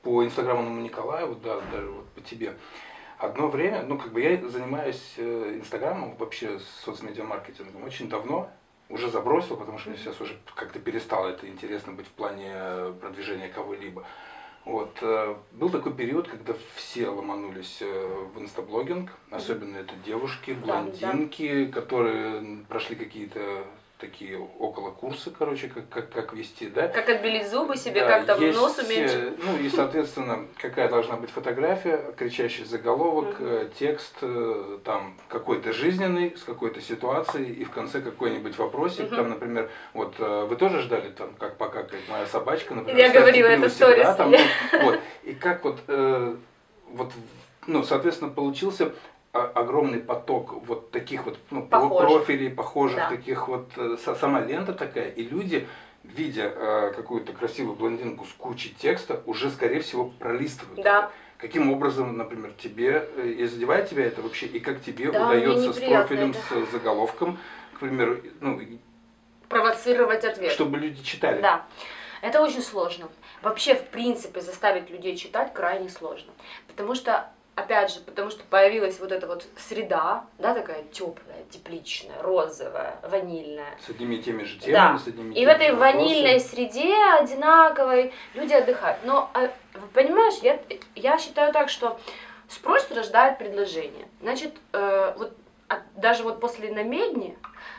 по инстаграму Николаеву, да, даже вот по тебе. Одно время, ну, как бы я занимаюсь инстаграмом, вообще соцмедиамаркетингом очень давно, уже забросил, потому что мне сейчас уже как-то перестало это интересно быть в плане продвижения кого-либо. Вот. Был такой период, когда все ломанулись в инстаблогинг, особенно это девушки, блондинки, да, да. которые прошли какие-то такие около курсы, короче, как, как, как вести, да? Как отбелить зубы себе, да, как там есть, нос уменьшить. Ну и, соответственно, какая должна быть фотография, кричащий заголовок, uh-huh. текст, там какой-то жизненный, с какой-то ситуацией, и в конце какой-нибудь вопросик, uh-huh. там, например, вот вы тоже ждали, там, как покакает моя собачка, например. Я говорила это в сторис. Да, там, ну, вот, и как вот, э, вот, ну, соответственно, получился огромный поток вот таких вот ну, профилей, похожих, да. таких вот, сама лента такая, и люди, видя э, какую-то красивую блондинку с кучей текста, уже, скорее всего, пролистывают. Да. Каким образом, например, тебе, и задевает тебя это вообще, и как тебе да, удается с профилем, это. с заголовком, к примеру, ну, провоцировать ответ. Чтобы люди читали. Да, это очень сложно. Вообще, в принципе, заставить людей читать крайне сложно, потому что опять же, потому что появилась вот эта вот среда, да, такая теплая, тепличная, розовая, ванильная. С одними и теми же темами, да. с одними и теми И в этой вопросами. ванильной среде одинаковой люди отдыхают. Но, понимаешь, я, я считаю так, что спрос рождает предложение. Значит, э, вот, даже вот после намедни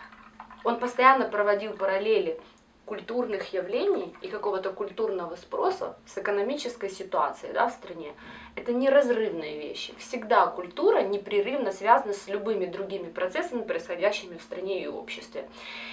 он постоянно проводил параллели культурных явлений и какого-то культурного спроса с экономической ситуацией, да, в стране. Это неразрывные вещи. Всегда культура непрерывно связана с любыми другими процессами, происходящими в стране и обществе.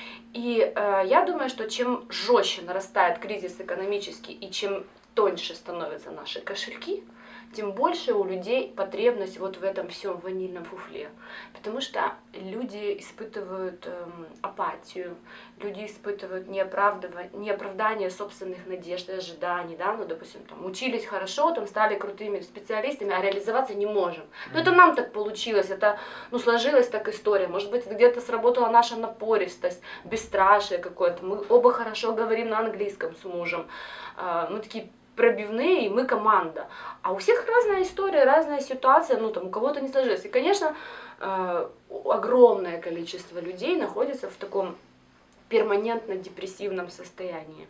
И э, я думаю, что чем жестче нарастает кризис экономический и чем тоньше становятся наши кошельки, тем больше у людей потребность вот в этом всем ванильном фуфле. Потому что люди испытывают эм, апатию, люди испытывают неоправдание собственных надежд и ожиданий, да, ну, допустим, там, учились хорошо, там, стали крутыми специалистами, а реализоваться не можем. Ну, это нам так получилось, это, ну, сложилась так история, может быть, где-то сработала наша напористость, бесстрашие какое-то, мы оба хорошо говорим на английском с мужем, э, мы такие пробивные, и мы команда. А у всех разная история, разная ситуация, ну там у кого-то не сложилось. И, конечно, э, огромное количество людей находится в таком перманентно депрессивном состоянии.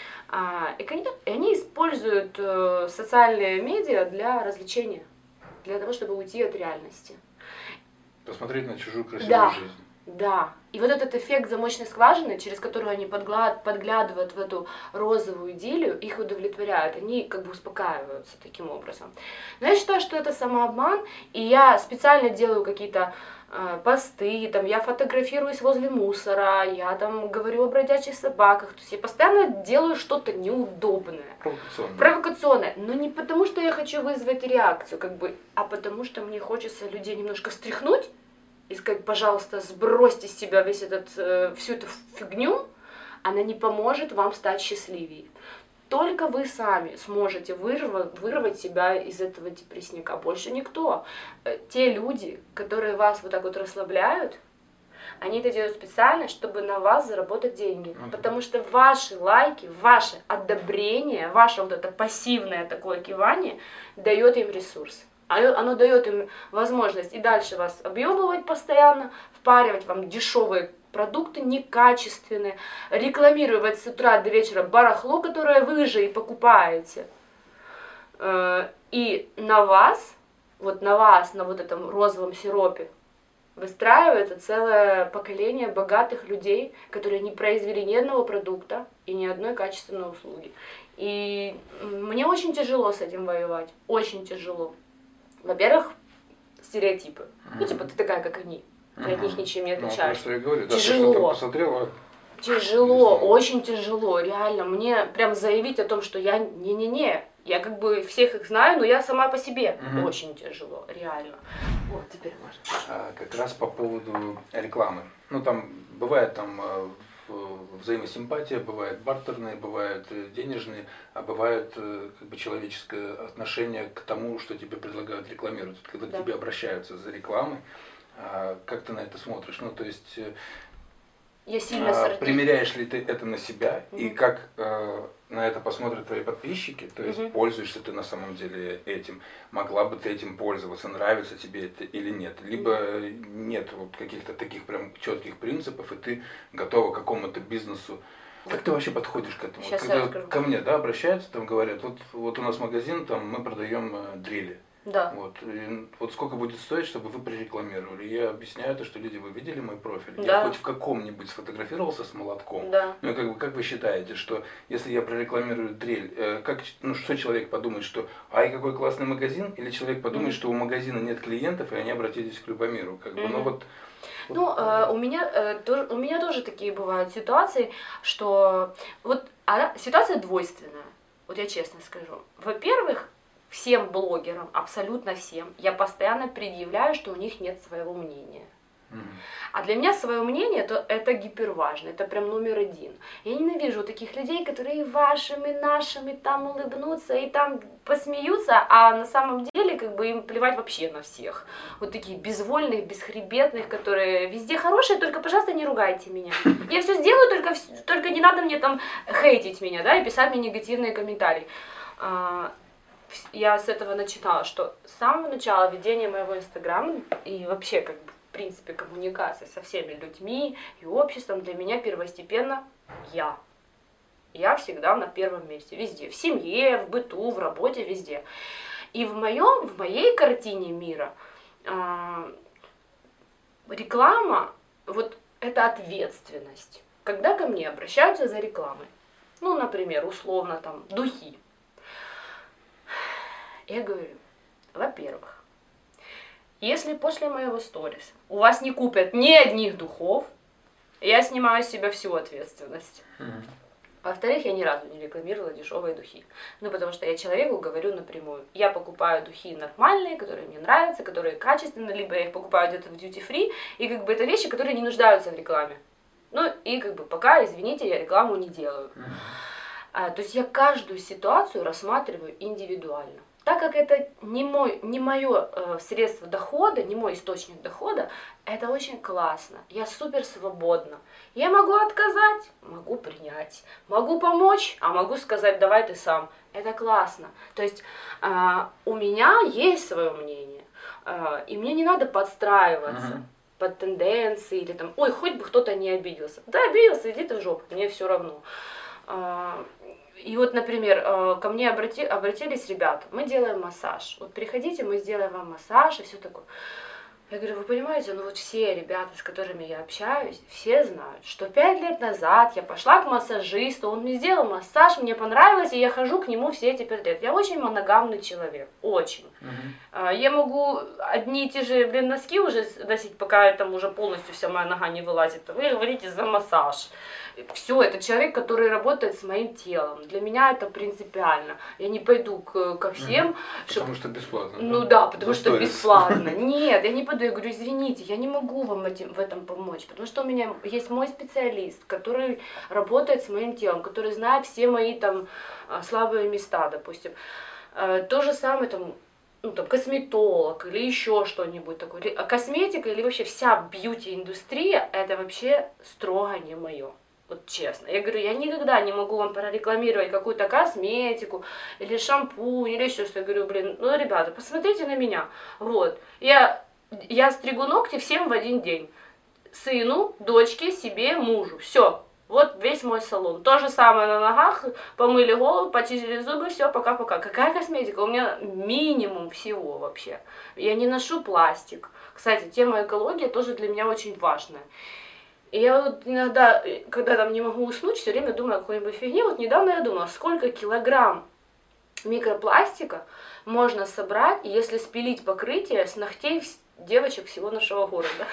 А, и, конечно, и они используют э, социальные медиа для развлечения, для того, чтобы уйти от реальности. Посмотреть на чужую красивую да. жизнь. Да, и вот этот эффект замочной скважины, через которую они подглядывают в эту розовую идиллию, их удовлетворяют, они как бы успокаиваются таким образом. Но я считаю, что это самообман, и я специально делаю какие-то э, посты, там, я фотографируюсь возле мусора, я там говорю о бродячих собаках, то есть я постоянно делаю что-то неудобное, провокационное. провокационное, но не потому, что я хочу вызвать реакцию, как бы, а потому, что мне хочется людей немножко встряхнуть, и сказать, пожалуйста, сбросьте с себя весь этот, э, всю эту фигню, она не поможет вам стать счастливее. Только вы сами сможете вырвать, вырвать себя из этого депрессника, больше никто. Те люди, которые вас вот так вот расслабляют, они это делают специально, чтобы на вас заработать деньги. Mm-hmm. Потому что ваши лайки, ваше одобрение, ваше вот это пассивное такое кивание дает им ресурс. Оно дает им возможность и дальше вас объебывать постоянно, впаривать вам дешевые продукты, некачественные, рекламировать с утра до вечера барахло, которое вы же и покупаете. И на вас, вот на вас, на вот этом розовом сиропе, выстраивается целое поколение богатых людей, которые не произвели ни одного продукта и ни одной качественной услуги. И мне очень тяжело с этим воевать, очень тяжело. Во-первых, стереотипы. Mm-hmm. Ну, типа, ты такая, как они. Ты mm-hmm. от них ничем не отличаешься. Ну, я говорю, да, тяжело. Ты посмотрела, тяжело, очень тяжело, реально. Мне прям заявить о том, что я не-не-не. Я как бы всех их знаю, но я сама по себе. Mm-hmm. Очень тяжело, реально. Вот, теперь можно. А, как раз по поводу рекламы. Ну, там бывает там взаимосимпатия, бывает бартерные, бывают денежные, а бывает как бы человеческое отношение к тому, что тебе предлагают рекламировать. Когда да. к тебе обращаются за рекламой, как ты на это смотришь? Ну, то есть, я сильно примеряешь ли ты это на себя, mm-hmm. и как, на это посмотрят твои подписчики, то есть Мгм. пользуешься ты на самом деле этим, могла бы ты этим пользоваться, нравится тебе это или нет, либо нет вот каких-то таких прям четких принципов, и ты готова к какому-то бизнесу. Как ты вообще подходишь к этому? Сейчас Вот я когда расскажу. ко мне, да, обращаются, там говорят, вот, вот у нас магазин, там мы продаем э, дрели. Да. Вот, и вот сколько будет стоить, чтобы вы прорекламировали? Я объясняю то, что люди, вы видели мой профиль? Да. Я хоть в каком-нибудь сфотографировался с молотком? Да. Ну, как, бы, как вы считаете, что если я прорекламирую дрель, э, как, ну, что человек подумает, что ай, какой классный магазин? Или человек подумает, Мгм. что у магазина нет клиентов, и они обратились к Любомиру? Как бы, ну, Мгм. вот, вот, Ну, э, у меня, э, тоже, у меня тоже такие бывают ситуации, что вот она, ситуация двойственная, вот я честно скажу. Во-первых, всем блогерам, абсолютно всем, я постоянно предъявляю, что у них нет своего мнения. Мгм. А для меня свое мнение это, это гиперважно, это прям номер один. Я ненавижу вот таких людей, которые вашими, нашими там улыбнутся и там посмеются, а на самом деле как бы им плевать вообще на всех. Вот такие безвольных, бесхребетных, которые везде хорошие, только, пожалуйста, не ругайте меня. Я все сделаю, только, вс- только не надо мне там хейтить меня, да, и писать мне негативные комментарии. А, вс- Я с этого начинала, что с самого начала ведения моего инстаграма и вообще как бы в принципе коммуникации со всеми людьми и обществом для меня первостепенно я. Я всегда на первом месте, везде, в семье, в быту, в работе, везде. И в моем, в моей картине мира а, реклама, вот это ответственность. Когда ко мне обращаются за рекламой, ну, например, условно там духи, я говорю, во-первых, если после моего сториса у вас не купят ни одних духов, я снимаю с себя всю ответственность. Мгм. Во-вторых, я ни разу не рекламировала дешевые духи. Ну, потому что я человеку говорю напрямую. Я покупаю духи нормальные, которые мне нравятся, которые качественные, либо я их покупаю где-то в duty free, и как бы это вещи, которые не нуждаются в рекламе. Ну, и как бы пока, извините, я рекламу не делаю. Мгм. А, то есть я каждую ситуацию рассматриваю индивидуально. Так как это не, мой, не мое э, средство дохода, не мой источник дохода, это очень классно. Я супер свободна. Я могу отказать, могу принять, могу помочь, а могу сказать, давай ты сам. Это классно. То есть э, у меня есть свое мнение, э, и мне не надо подстраиваться. Мгм. Под тенденции или там, ой, хоть бы кто-то не обиделся. Да, обиделся, иди ты в жопу, мне все равно. А, И вот, например, э, ко мне обрати, обратились ребята, мы делаем массаж. Вот приходите, мы сделаем вам массаж и все такое. Я говорю, вы понимаете, ну вот все ребята, с которыми я общаюсь, все знают, что пять лет назад я пошла к массажисту, он мне сделал массаж, мне понравилось, и я хожу к нему все эти пять лет. Я очень моногамный человек, очень. Мгм. А, Я могу одни и те же, блин, носки уже носить, пока там уже полностью вся моя нога не вылазит. Вы говорите за массаж. Все, это человек, который работает с моим телом. Для меня это принципиально. Я не пойду к, ко всем, чтоб- Потому что бесплатно. ну да, потому За что сторис. бесплатно. Нет, я не пойду. Я говорю, извините, я не могу вам этим, в этом помочь, потому что у меня есть мой специалист, который работает с моим телом, который знает все мои там а, слабые места, допустим. Э, То же самое там, ну, там, косметолог или еще что-нибудь такое. Или- а Косметика или вообще вся бьюти-индустрия, это вообще строго не мое. Вот честно. Я говорю, я никогда не могу вам прорекламировать какую-то косметику или шампунь или еще что. Я говорю, блин, ну, ребята, посмотрите на меня. Вот. Я, я стригу ногти всем в один день. Сыну, дочке, себе, мужу. Все. Вот весь мой салон. То же самое на ногах. Помыли голову, почистили зубы, все, пока-пока. Какая косметика? У меня минимум всего вообще. Я не ношу пластик. Кстати, тема экологии тоже для меня очень важная. И я вот иногда, э, когда там не могу уснуть, все время думаю о какой-нибудь фигне. Вот недавно я думала, сколько килограмм микропластика можно собрать, если спилить покрытие с ногтей вс- девочек всего нашего города.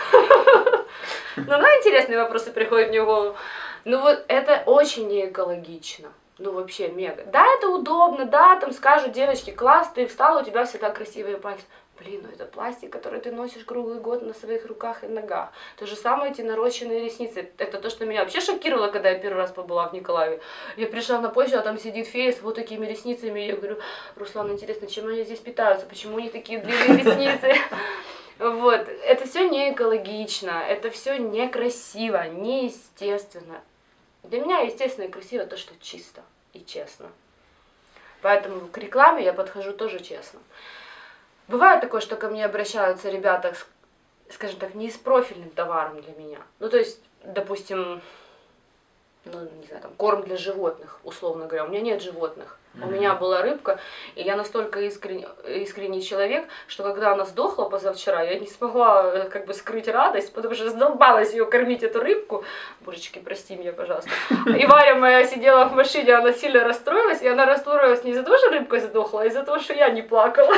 Ну да, интересные вопросы приходят мне в голову. Ну вот это очень не экологично. Ну вообще мега. Да, это удобно, да, там скажут девочки, класс, ты встала, у тебя всегда красивые пальцы. Блин, ну это пластик, который ты носишь круглый год на своих руках и ногах. То же самое эти нарощенные ресницы. Это то, что меня вообще шокировало, когда я первый раз побыла в Николаеве. Я пришла на почту, а там сидит фея с вот такими ресницами. И я говорю, Руслан, интересно, чем они здесь питаются? Почему у них такие длинные ресницы? Вот, это все не экологично, это все некрасиво, неестественно. Для меня естественно и красиво то, что чисто. и честно. Поэтому к рекламе я подхожу тоже честно. Бывает такое, что ко мне обращаются ребята, скажем так, не с профильным товаром для меня. Ну, то есть, допустим, ну, не знаю, там, корм для животных, условно говоря. У меня нет животных. Mm-hmm. У меня была рыбка, и я настолько искрен... искренний человек, что когда она сдохла позавчера, я не смогла как бы скрыть радость, потому что задолбалась ее кормить, эту рыбку. Божечки, прости меня, пожалуйста. И Варя моя сидела в машине, она сильно расстроилась, и она расстроилась не из-за того, что рыбка сдохла, а из-за того, что я не плакала.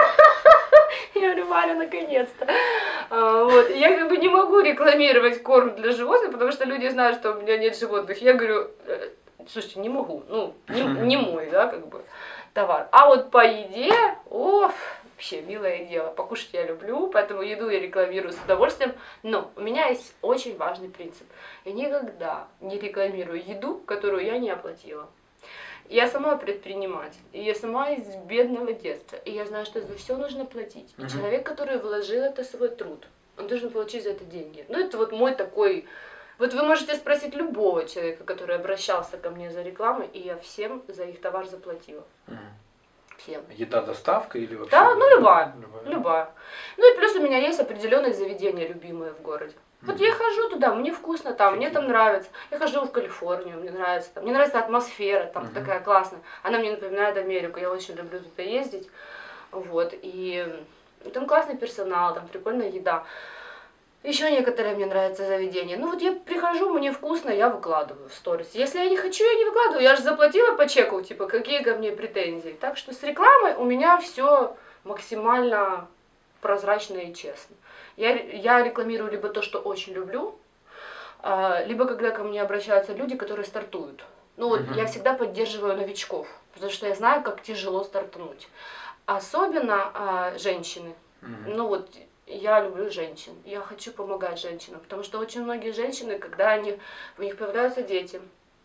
Я говорю, Варя, наконец-то. А, вот. Я как бы не могу рекламировать корм для животных, потому что люди знают, что у меня нет животных. Я говорю, слушайте, не могу, ну, не, не мой, да, как бы, товар. А вот по еде, о, вообще, милое дело, покушать я люблю, поэтому еду я рекламирую с удовольствием. Но у меня есть очень важный принцип. Я никогда не рекламирую еду, которую я не оплатила. Я сама предприниматель, и я сама из бедного детства, и я знаю, что за все нужно платить. И uh-huh. человек, который вложил это свой труд, он должен получить за это деньги. Ну, это вот мой такой... Вот вы можете спросить любого человека, который обращался ко мне за рекламой, и я всем за их товар заплатила. Uh-huh. Всем. Еда, доставка или вообще? Да, ну любая, любая. любая. Ну и плюс у меня есть определенные заведения любимые в городе. Вот mm-hmm. я хожу туда, мне вкусно там, мне там нравится. Я хожу в Калифорнию, мне нравится там. Мне нравится атмосфера там mm-hmm. такая классная. Она мне напоминает Америку, я очень люблю туда ездить. Вот, и там классный персонал, там прикольная еда. Еще некоторые мне нравятся заведения. Ну вот я прихожу, мне вкусно, я выкладываю в сторис. Если я не хочу, я не выкладываю. Я же заплатила по чеку, типа, какие ко мне претензии. Так что с рекламой у меня все максимально прозрачно и честно. Я, я рекламирую либо то, что очень люблю, либо когда ко мне обращаются люди, которые стартуют. Ну вот uh-huh. я всегда поддерживаю новичков, потому что я знаю, как тяжело стартануть. Особенно а, женщины. Uh-huh. Ну вот я люблю женщин, я хочу помогать женщинам, потому что очень многие женщины, когда они, у них появляются дети,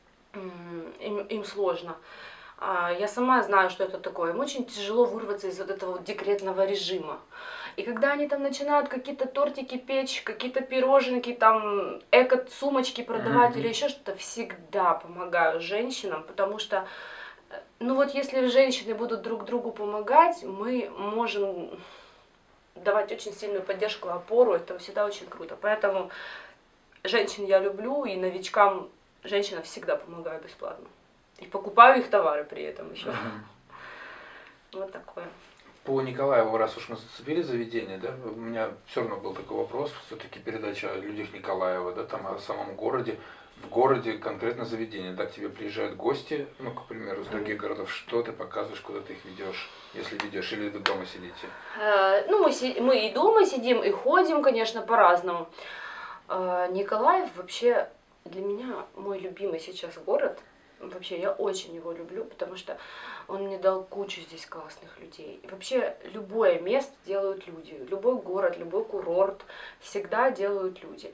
им, им сложно. Я сама знаю, что это такое. Им очень тяжело вырваться из вот этого вот декретного режима. И когда они там начинают какие-то тортики печь, какие-то пироженки, там эко-сумочки продавать mm-hmm. или еще что-то, всегда помогаю женщинам, потому что, ну вот если женщины будут друг другу помогать, мы можем давать очень сильную поддержку, опору, это всегда очень круто. Поэтому женщин я люблю, и новичкам женщинам всегда помогаю бесплатно. И покупаю их товары при этом еще. Uh-huh. Вот такое. По Николаеву, раз уж мы зацепили заведение, да, у меня все равно был такой вопрос, все-таки передача о людях Николаева, да, там о самом городе. В городе конкретно заведение, да, к тебе приезжают гости, ну, к примеру, из других городов, что ты показываешь, куда ты их ведешь, если ведешь, или вы дома сидите? Uh, ну, мы, си- мы и дома сидим, и ходим, конечно, по-разному. Uh, Николаев вообще для меня мой любимый сейчас город. Вообще, я очень его люблю, потому что он мне дал кучу здесь классных людей. И вообще, любое место делают люди. Любой город, любой курорт всегда делают люди.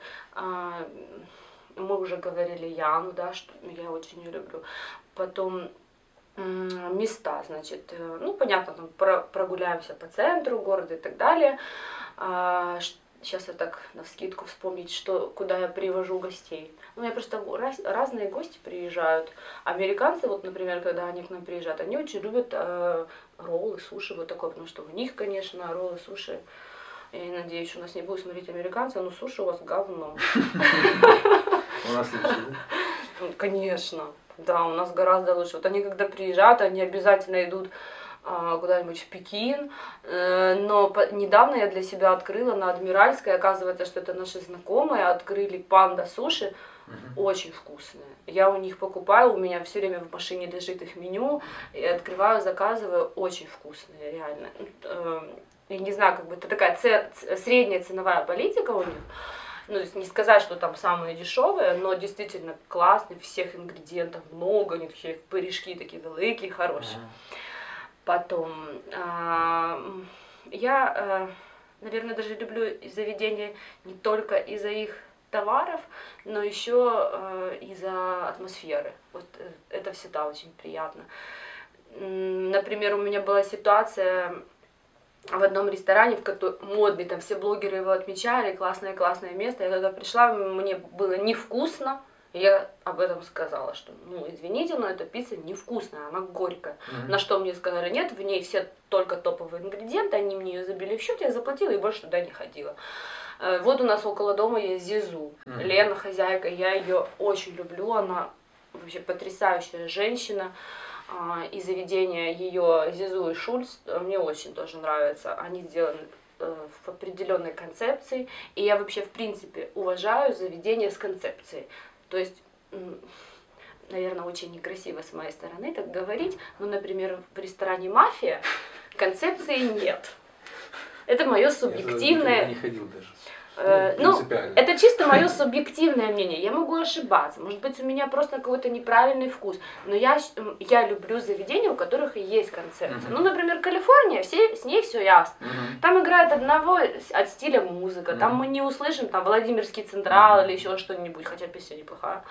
Мы уже говорили Яну, да, что я очень ее люблю. Потом места, значит, ну, понятно, там прогуляемся по центру города и так далее. Сейчас я так навскидку вспомнить, что, куда я привожу гостей. Ну, у меня просто раз, разные гости приезжают. Американцы, вот, например, когда они к нам приезжают, они очень любят э, роллы, суши, вот такое, потому что у них, конечно, роллы, суши. Я надеюсь, что у нас не будут смотреть американцы, но суши у вас говно. У нас лучше, да? Конечно, да, у нас гораздо лучше. Вот они, когда приезжают, они обязательно идут куда-нибудь в Пекин, но недавно я для себя открыла на Адмиральской, оказывается, что это наши знакомые, открыли панда суши, угу. очень вкусные. Я у них покупаю, у меня все время в машине лежит их меню, и открываю, заказываю, очень вкусные, реально. Я не знаю, как бы это такая ц... средняя ценовая политика у них, ну, то есть не сказать, что там самые дешевые, но действительно классные, всех ингредиентов много, у них все пирожки такие великие, хорошие. Угу. Потом, э, я, э, наверное, даже люблю заведения не только из-за их товаров, но еще э, из-за атмосферы. Вот э, это всегда очень приятно. Например, у меня была ситуация в одном ресторане, в котором модный, там все блогеры его отмечали, классное-классное место. Я туда пришла, мне было невкусно, И я об этом сказала, что, ну, извините, но эта пицца невкусная, она горькая. Mm-hmm. На что мне сказали, нет, в ней все только топовые ингредиенты, они мне ее забили в счет, я заплатила и больше туда не ходила. Вот у нас около дома есть Зизу. Mm-hmm. Лена, хозяйка, я ее очень люблю, она вообще потрясающая женщина. И заведение ее Зизу и Шульц мне очень тоже нравится. Они сделаны в определенной концепции, и я вообще, в принципе, уважаю заведение с концепцией. То есть, наверное, очень некрасиво с моей стороны так говорить, но, например, в ресторане «Мафия» концепции нет. Это мое субъективное... Я не ходил даже. Э, ну, это чисто мое субъективное мнение. Я могу ошибаться. Может быть, у меня просто какой-то неправильный вкус. Но я, я люблю заведения, у которых и есть концепция. Uh-huh. Ну, например, Калифорния, все, с ней все ясно. Uh-huh. Там играет одного от стиля музыка. Uh-huh. Там мы не услышим там Владимирский Централ uh-huh. или еще что-нибудь, хотя песня неплохая.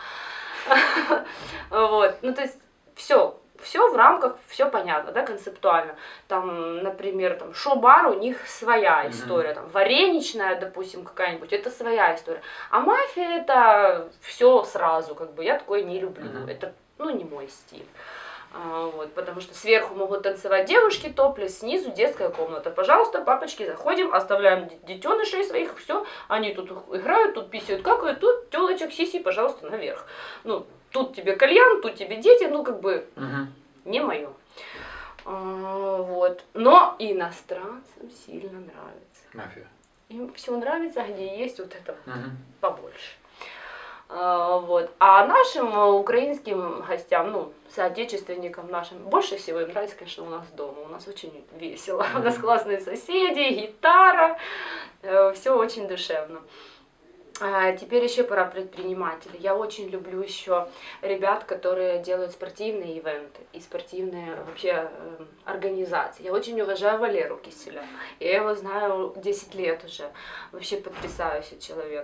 Вот. Ну, то есть, все. Все в рамках, все понятно, да, концептуально. Там, например, там шоу-бар, у них своя история, там вареничная, допустим, какая-нибудь, это своя история. А «Мафия» это все сразу, как бы, я такое не люблю, mm-hmm. это, ну, не мой стиль. А, вот, потому что сверху могут танцевать девушки топлес, снизу детская комната. Пожалуйста, папочки, заходим, оставляем детенышей своих, все, они тут играют, тут писают, какают, тут телочек, сиси, пожалуйста, наверх. Ну, тут тебе кальян, тут тебе дети, ну, как бы, угу. не мое. А, вот. Но иностранцам сильно нравится. «Мафия». Им все нравится, где есть вот это угу. побольше. А, вот. А нашим украинским гостям, ну, соотечественникам нашим, больше всего им нравится, конечно, у нас дома. У нас очень весело. Mm-hmm. У нас классные соседи, гитара, э, все очень душевно. А теперь еще про предпринимателей. Я очень люблю еще ребят, которые делают спортивные ивенты и спортивные вообще э, организации. Я очень уважаю Валеру Киселя. Я его знаю десять лет уже. Вообще потрясающий человек.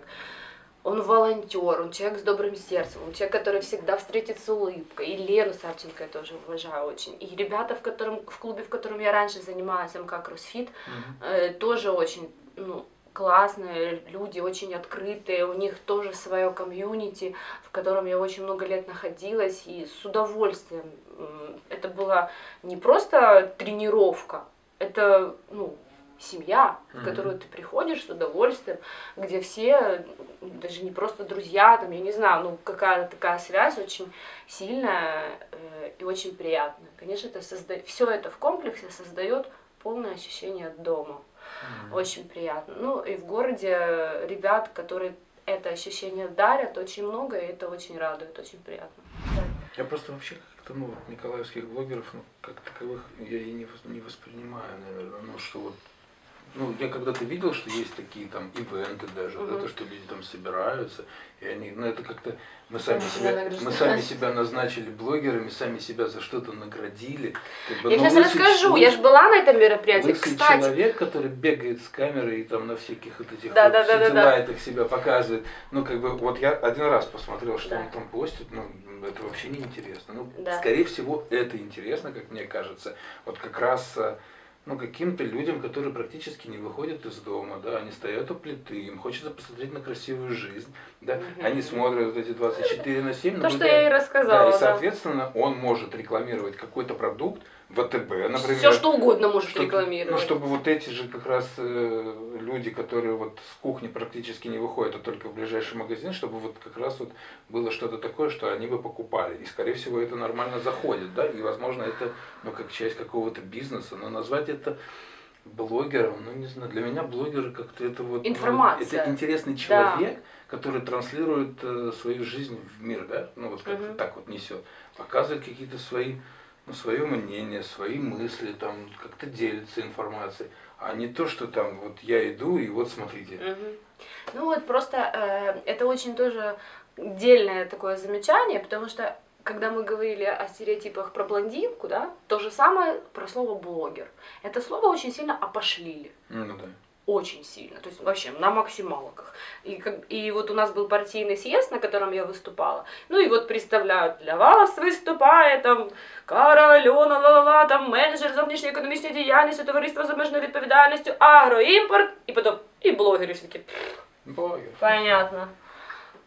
Он волонтер, он человек с добрым сердцем, он человек, который всегда встретит с улыбкой. И Лену Савченко я тоже уважаю очень. И ребята, в, котором, в клубе, в котором я раньше занималась, эм ка Кроссфит, mm-hmm. э, тоже очень, ну, классные люди, очень открытые. У них тоже свое комьюнити, в котором я очень много лет находилась. И с удовольствием. Это была не просто тренировка, это, ну, семья, в которую mm-hmm. ты приходишь с удовольствием, где все, даже не просто друзья, там, я не знаю, ну, какая-то такая связь очень сильная э, и очень приятная. Конечно, это созда... все это в комплексе создает полное ощущение дома. Mm-hmm. Очень приятно. Ну, и в городе ребят, которые это ощущение дарят, очень много, и это очень радует, очень приятно. Я просто вообще как-то, ну, николаевских блогеров, ну, как таковых я и не, не воспринимаю, наверное, ну, что вот. Ну, я когда-то видел, что есть такие там ивенты даже, uh-huh. да, то, что люди там собираются, и они, ну, это как-то мы сами себя, мы сами себя назначили блогерами, сами себя за что-то наградили. Как бы, я сейчас расскажу, лысый, я же была на этом мероприятии, лысый кстати. человек, который бегает с камерой и там на всяких вот этих да, вот да, да, сетилайтах себя показывает. Ну, как бы, вот я один раз посмотрел, что да. он там постит, ну, это вообще не интересно. Ну, да. скорее всего, это интересно, как мне кажется. Вот как раз... Ну, каким-то людям, которые практически не выходят из дома, да, они стоят у плиты, им хочется посмотреть на красивую жизнь, да, угу. они смотрят вот эти двадцать четыре на семь. То, что я и рассказала. Да, и, соответственно, да. он может рекламировать какой-то продукт, вэ тэ бэ, например. Все что угодно может чтобы, рекламировать. Ну, чтобы вот эти же как раз э, люди, которые вот с кухни практически не выходят, а только в ближайший магазин, чтобы вот как раз вот было что-то такое, что они бы покупали. И, скорее всего, это нормально заходит, да, и, возможно, это, ну, как часть какого-то бизнеса, но назвать это блогером, ну, не знаю, для меня блогеры как-то это вот... Информация. Ну, это интересный человек, да. который транслирует э, свою жизнь в мир, да, ну, вот как-то угу. так вот несет, показывает какие-то свои... Ну, свое мнение, свои мысли, там как-то делится информацией, а не то, что там вот я иду и вот смотрите. Угу. Ну вот просто э, это очень тоже дельное такое замечание, потому что когда мы говорили о стереотипах про блондинку, да, то же самое про слово блогер. Это слово очень сильно опошлили. Ну да. Очень сильно, то есть вообще на максималках. И, как, и вот у нас был партийный съезд, на котором я выступала. Ну и вот представляют, для вас выступает там Кара Альона, ла-ла-ла, там менеджер за внешньоекономічної діяльності, товариство з обмеженою відповідальністю, агроімпорт, і потім і блогери все такі. Блогер. Понятно.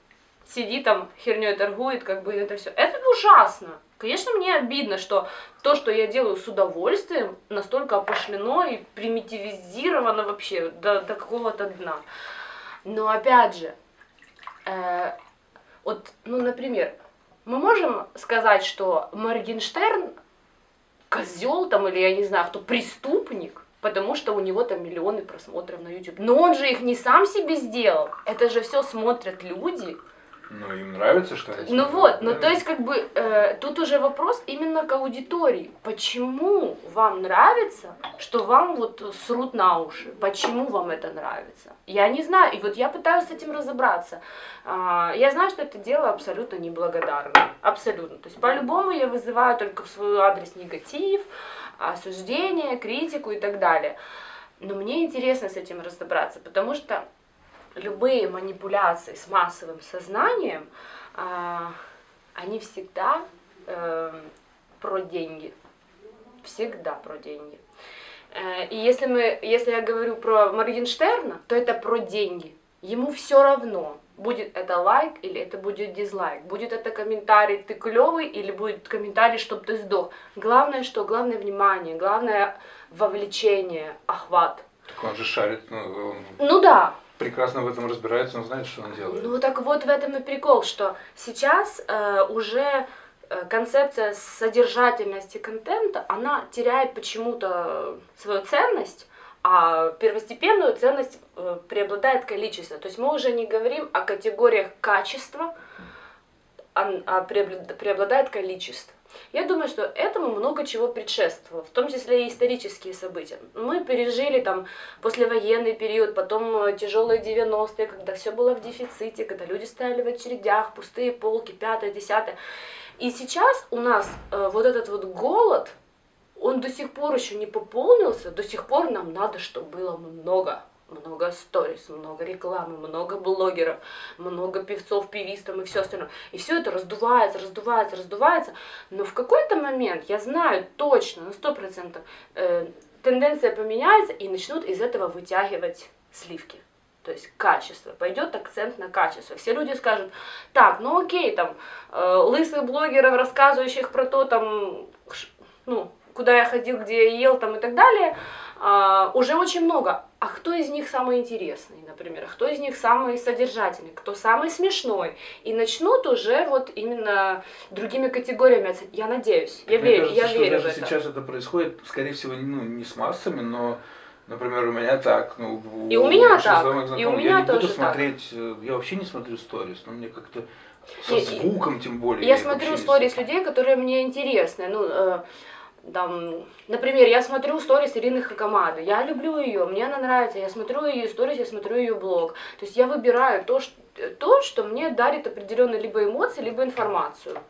сидит там, херней торгует, как бы это все. Это ужасно. Конечно, мне обидно, что то, что я делаю с удовольствием, настолько опошлено и примитивизировано вообще до, до какого-то дна. Но опять же, э, вот, ну, например, мы можем сказать, что Моргенштерн козел там, или я не знаю, кто преступник, потому что у него там миллионы просмотров на YouTube. Но он же их не сам себе сделал. Это же все смотрят люди. Ну, им нравится, что они Ну смотрят, вот, да? ну то есть как бы э, тут уже вопрос именно к аудитории. Почему вам нравится, что вам вот срут на уши? Почему вам это нравится? Я не знаю, и вот я пытаюсь с этим разобраться. А, я знаю, что это дело абсолютно неблагодарное, абсолютно. То есть по-любому я вызываю только в свой адрес негатив, осуждение, критику и так далее. Но мне интересно с этим разобраться, потому что любые манипуляции с массовым сознанием, а, они всегда э, про деньги. Всегда про деньги. Э, и если, мы, если я говорю про Моргенштерна, то это про деньги. Ему все равно, будет это лайк или это будет дизлайк. Будет это комментарий «ты клевый» или будет комментарий «чтоб ты сдох». Главное что? Главное внимание, главное вовлечение, охват. Так он же шарит, ну, он... Ну да. прекрасно в этом разбирается, он знает, что он делает. Ну так вот в этом и прикол, что сейчас э, уже э, концепция содержательности контента, она теряет почему-то свою ценность, а первостепенную ценность э, преобладает количество. То есть мы уже не говорим о категориях качества, а, а преобладает количество. Я думаю, что этому много чего предшествовало, в том числе и исторические события. Мы пережили там послевоенный период, потом тяжелые девяностые, когда все было в дефиците, когда люди стояли в очередях, пустые полки, пятое, десятое. И сейчас у нас э, вот этот вот голод, он до сих пор еще не пополнился, до сих пор нам надо, чтобы было много. Много сторис, много рекламы, много блогеров, много певцов, певистов и все остальное. И все это раздувается, раздувается, раздувается. Но в какой-то момент, я знаю точно, на сто процентов, э, тенденция поменяется и начнут из этого вытягивать сливки. То есть качество, пойдет акцент на качество. Все люди скажут, так, ну окей, там, э, лысых блогеров, рассказывающих про то, там, ну, куда я ходил, где я ел, там, и так далее, э, уже очень много. А кто из них самый интересный, например, а кто из них самый содержательный, кто самый смешной? И начнут уже вот именно другими категориями. Я надеюсь, я Мне верю, кажется, я что верю даже в это. сейчас это происходит, скорее всего, ну, не с массами, но, например, у меня так, ну, и у меня так, знакомых, и у меня я не тоже буду так. смотреть, я вообще не смотрю сторис, но мне как-то со И- звуком тем более. Я их смотрю вообще не сторис слушаю. людей, которые мне интересны. Ну, э, там, например, я смотрю сторис Ирины Хакамады. Я люблю ее, мне она нравится. Я смотрю ее сторис, я смотрю ее блог. То есть я выбираю то, что, то, что мне дарит определенные либо эмоции, либо информацию.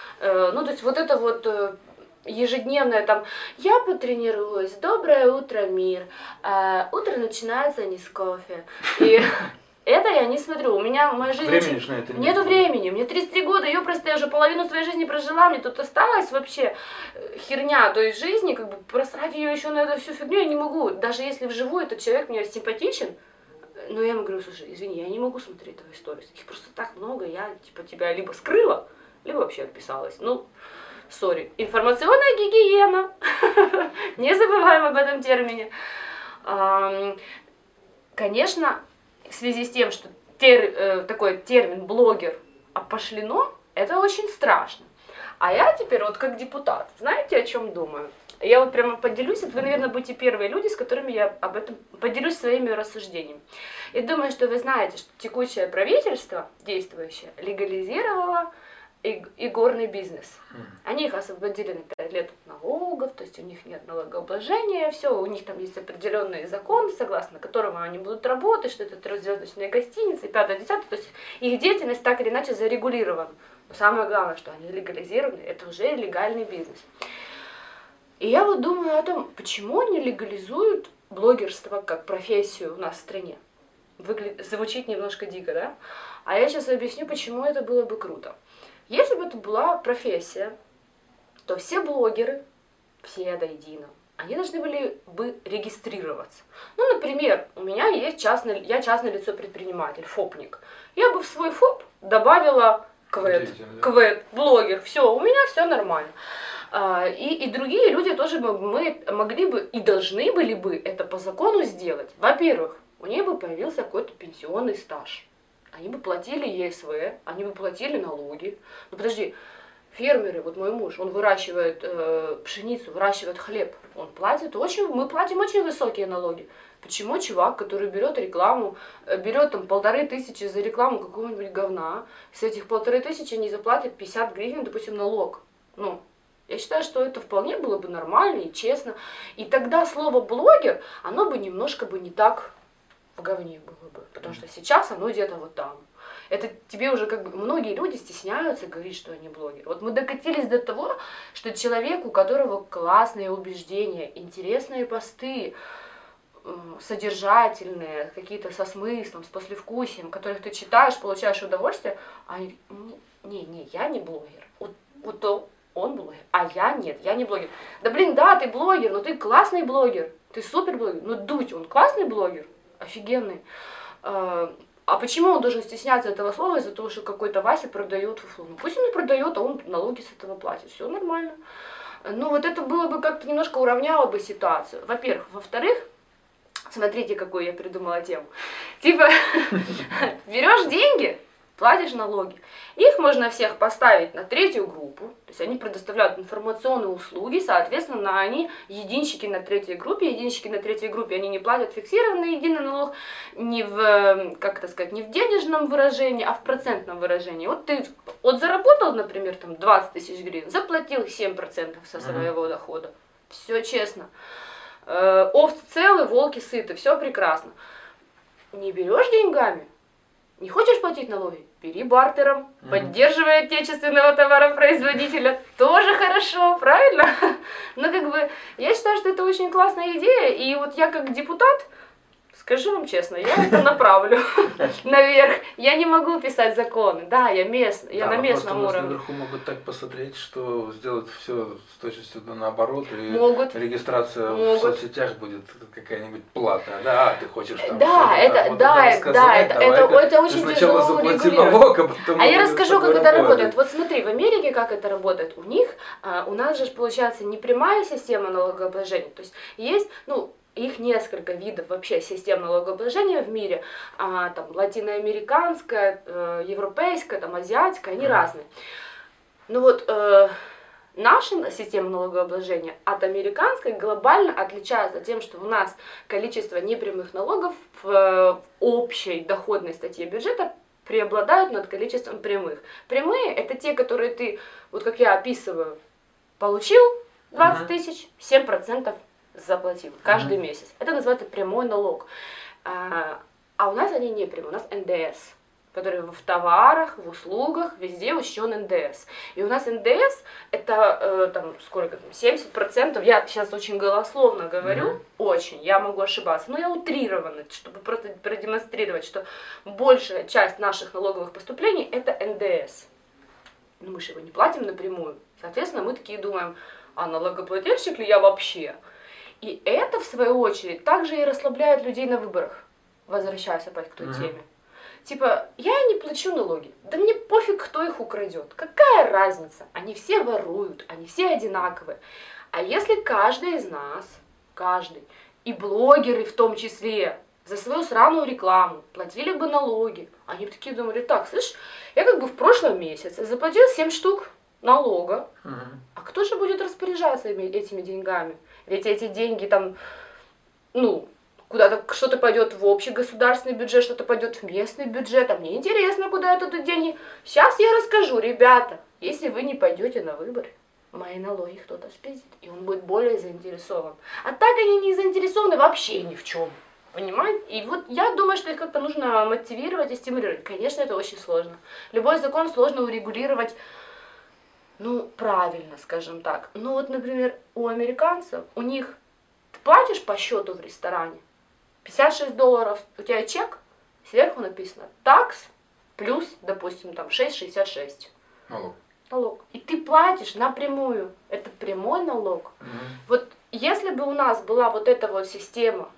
Э, ну, то есть вот это вот э, ежедневное там, я потренируюсь, доброе утро, мир, э, утро начинается не с кофе. И это я не смотрю, у меня в моей жизни Времени очень- ж на это нет. нету времени, мне тридцать три года, я просто я уже половину своей жизни прожила, мне тут осталась вообще э, херня той жизни, как бы просрать ее еще на эту всю фигню я не могу, даже если вживую этот человек мне симпатичен, но я ему говорю, слушай, извини, я не могу смотреть твои сторис, их просто так много, я типа тебя либо скрыла, либо вообще отписалась, ну, сори, информационная гигиена, не забываем об этом термине. Ам, Конечно, в связи с тем, что тер, э, такой термин блогер опошлено, это очень страшно. А я теперь вот как депутат, знаете, о чем думаю? Я вот прямо поделюсь, это вы, наверное, будете первые люди, с которыми я об этом поделюсь своими рассужденениями. И думаю, что вы знаете, что текущее правительство, действующее, легализировало и- игорный бизнес. Они их освободили на пять лет от налогов, то есть у них нет налогообложения, все, у них там есть определенный закон, согласно которому они будут работать, что это трехзвездочные гостиницы, пятое, десятое, то есть их деятельность так или иначе зарегулирована. Но самое главное, что они легализированы, это уже легальный бизнес. И я вот думаю о том, почему они легализуют блогерство как профессию у нас в стране. Выглядит, звучит немножко дико, да? А я сейчас объясню, почему это было бы круто. Если бы это была профессия, то все блогеры, все до единого, они должны были бы регистрироваться. Ну, например, у меня есть частное, я частное лицо предприниматель, ФОПник. Я бы в свой ФОП добавила КВЭД, КВЭД, блогер, все, у меня все нормально. И, и другие люди тоже бы мы могли бы и должны были бы это по закону сделать. Во-первых, у них бы появился какой-то пенсионный стаж. Они бы платили ЕСВ, они бы платили налоги. Ну подожди, фермеры, вот мой муж, он выращивает э, пшеницу, выращивает хлеб. Он платит очень, мы платим очень высокие налоги. Почему чувак, который берет рекламу, берет там полторы тысячи за рекламу какого-нибудь говна, с этих полторы тысячи не заплатит пятьдесят гривен, допустим, налог? Ну, я считаю, что это вполне было бы нормально и честно. И тогда слово блогер, оно бы немножко бы не так в говне было бы. Потому что сейчас оно где-то вот там. Это тебе уже как бы... Многие люди стесняются говорить, что они блогеры. Вот мы докатились до того, что человек, у которого классные убеждения, интересные посты, содержательные, какие-то со смыслом, с послевкусием, которых ты читаешь, получаешь удовольствие, а они не, не, я не блогер. Вот, вот то он блогер, а я нет, я не блогер. Да блин, да, ты блогер, но ты классный блогер, ты супер блогер. Ну Дудь, он классный блогер, офигенный. А почему он должен стесняться этого слова из-за того, что какой-то Вася продает фуфло? Ну пусть он и продает, а он налоги с этого платит, все нормально. Ну вот это было бы как-то немножко уравняло бы ситуацию, во-первых. Во-вторых, смотрите, какую я придумала тему. Типа, берешь деньги, платишь налоги. Их можно всех поставить на третью группу. То есть они предоставляют информационные услуги, соответственно, они единщики на третьей группе. Единщики на третьей группе, они не платят фиксированный единый налог не в, как это сказать, не в денежном выражении, а в процентном выражении. Вот ты вот заработал, например, там двадцать тысяч гривен, заплатил семь процентов со своего mm-hmm. дохода. Все честно. Овцы целы, волки сыты, все прекрасно. Не берешь деньгами, не хочешь платить налоги, бери бартером, mm-hmm. поддерживай отечественного товаропроизводителя, тоже хорошо, правильно? Но как бы я считаю, что это очень классная идея, и вот я как депутат, скажу вам честно, я это направлю наверх. Я не могу писать законы, да, я местный, я да, на местном уровне. Наверху могут так посмотреть, что сделать все с точностью да наоборот, и могут. регистрация могут. в соцсетях будет какая-нибудь платная, да, ты хочешь там да, это, вот да, это да, это, это, это очень ты тяжело сначала заплати урегулировать. налог, а потом А я расскажу, как это работает. работать. Вот смотри, в Америке как это работает. У них, а, у нас же получается не прямая система налогообложения, то есть есть, ну, их несколько видов вообще систем налогообложения в мире, а, там латиноамериканская, э, европейская, там азиатская, они mm-hmm. разные. Ну вот э, наша система налогообложения от американской глобально отличается тем, что у нас количество непрямых налогов в, в общей доходной статье бюджета преобладают над количеством прямых. Прямые это те, которые ты, вот как я описываю, получил двадцать тысяч, семь процентов заплатил каждый mm-hmm. месяц. Это называется прямой налог. А, а у нас они не прямые, у нас эн дэ эс, который в товарах, в услугах, везде учтен эн дэ эс. И у нас эн дэ эс это э, там сколько там, семьдесят процентов, я сейчас очень голословно говорю, mm-hmm. очень, я могу ошибаться, но я утрированно, чтобы просто продемонстрировать, что большая часть наших налоговых поступлений это эн дэ эс. Ну мы же его не платим напрямую. Соответственно, мы такие думаем, а налогоплательщик ли я вообще? И это, в свою очередь, также и расслабляет людей на выборах, возвращаясь опять к той mm-hmm. теме. Типа, я не плачу налоги, да мне пофиг, кто их украдет. Какая разница? Они все воруют, они все одинаковые. А если каждый из нас, каждый, и блогеры в том числе, за свою сраную рекламу платили бы налоги, они бы такие думали, так, слышь, я как бы в прошлом месяце заплатил семь штук налога, mm-hmm. а кто же будет распоряжаться этими деньгами? Ведь эти деньги там, ну, куда-то что-то пойдет в общий государственный бюджет, что-то пойдет в местный бюджет, а мне интересно, куда это деньги. Сейчас я расскажу, ребята, если вы не пойдете на выборы, мои налоги кто-то спиздит, и он будет более заинтересован. А так они не заинтересованы вообще ни в чем, понимаете? И вот я думаю, что их как-то нужно мотивировать и стимулировать. Конечно, это очень сложно. Любой закон сложно урегулировать. Ну, правильно, скажем так. Ну, вот, например, у американцев, у них ты платишь по счету в ресторане пятьдесят шесть долларов, у тебя чек, сверху написано такс плюс, допустим, там шесть шестьдесят шесть. Налог. Налог. И ты платишь напрямую. Это прямой налог. Угу. Вот если бы у нас была вот эта вот система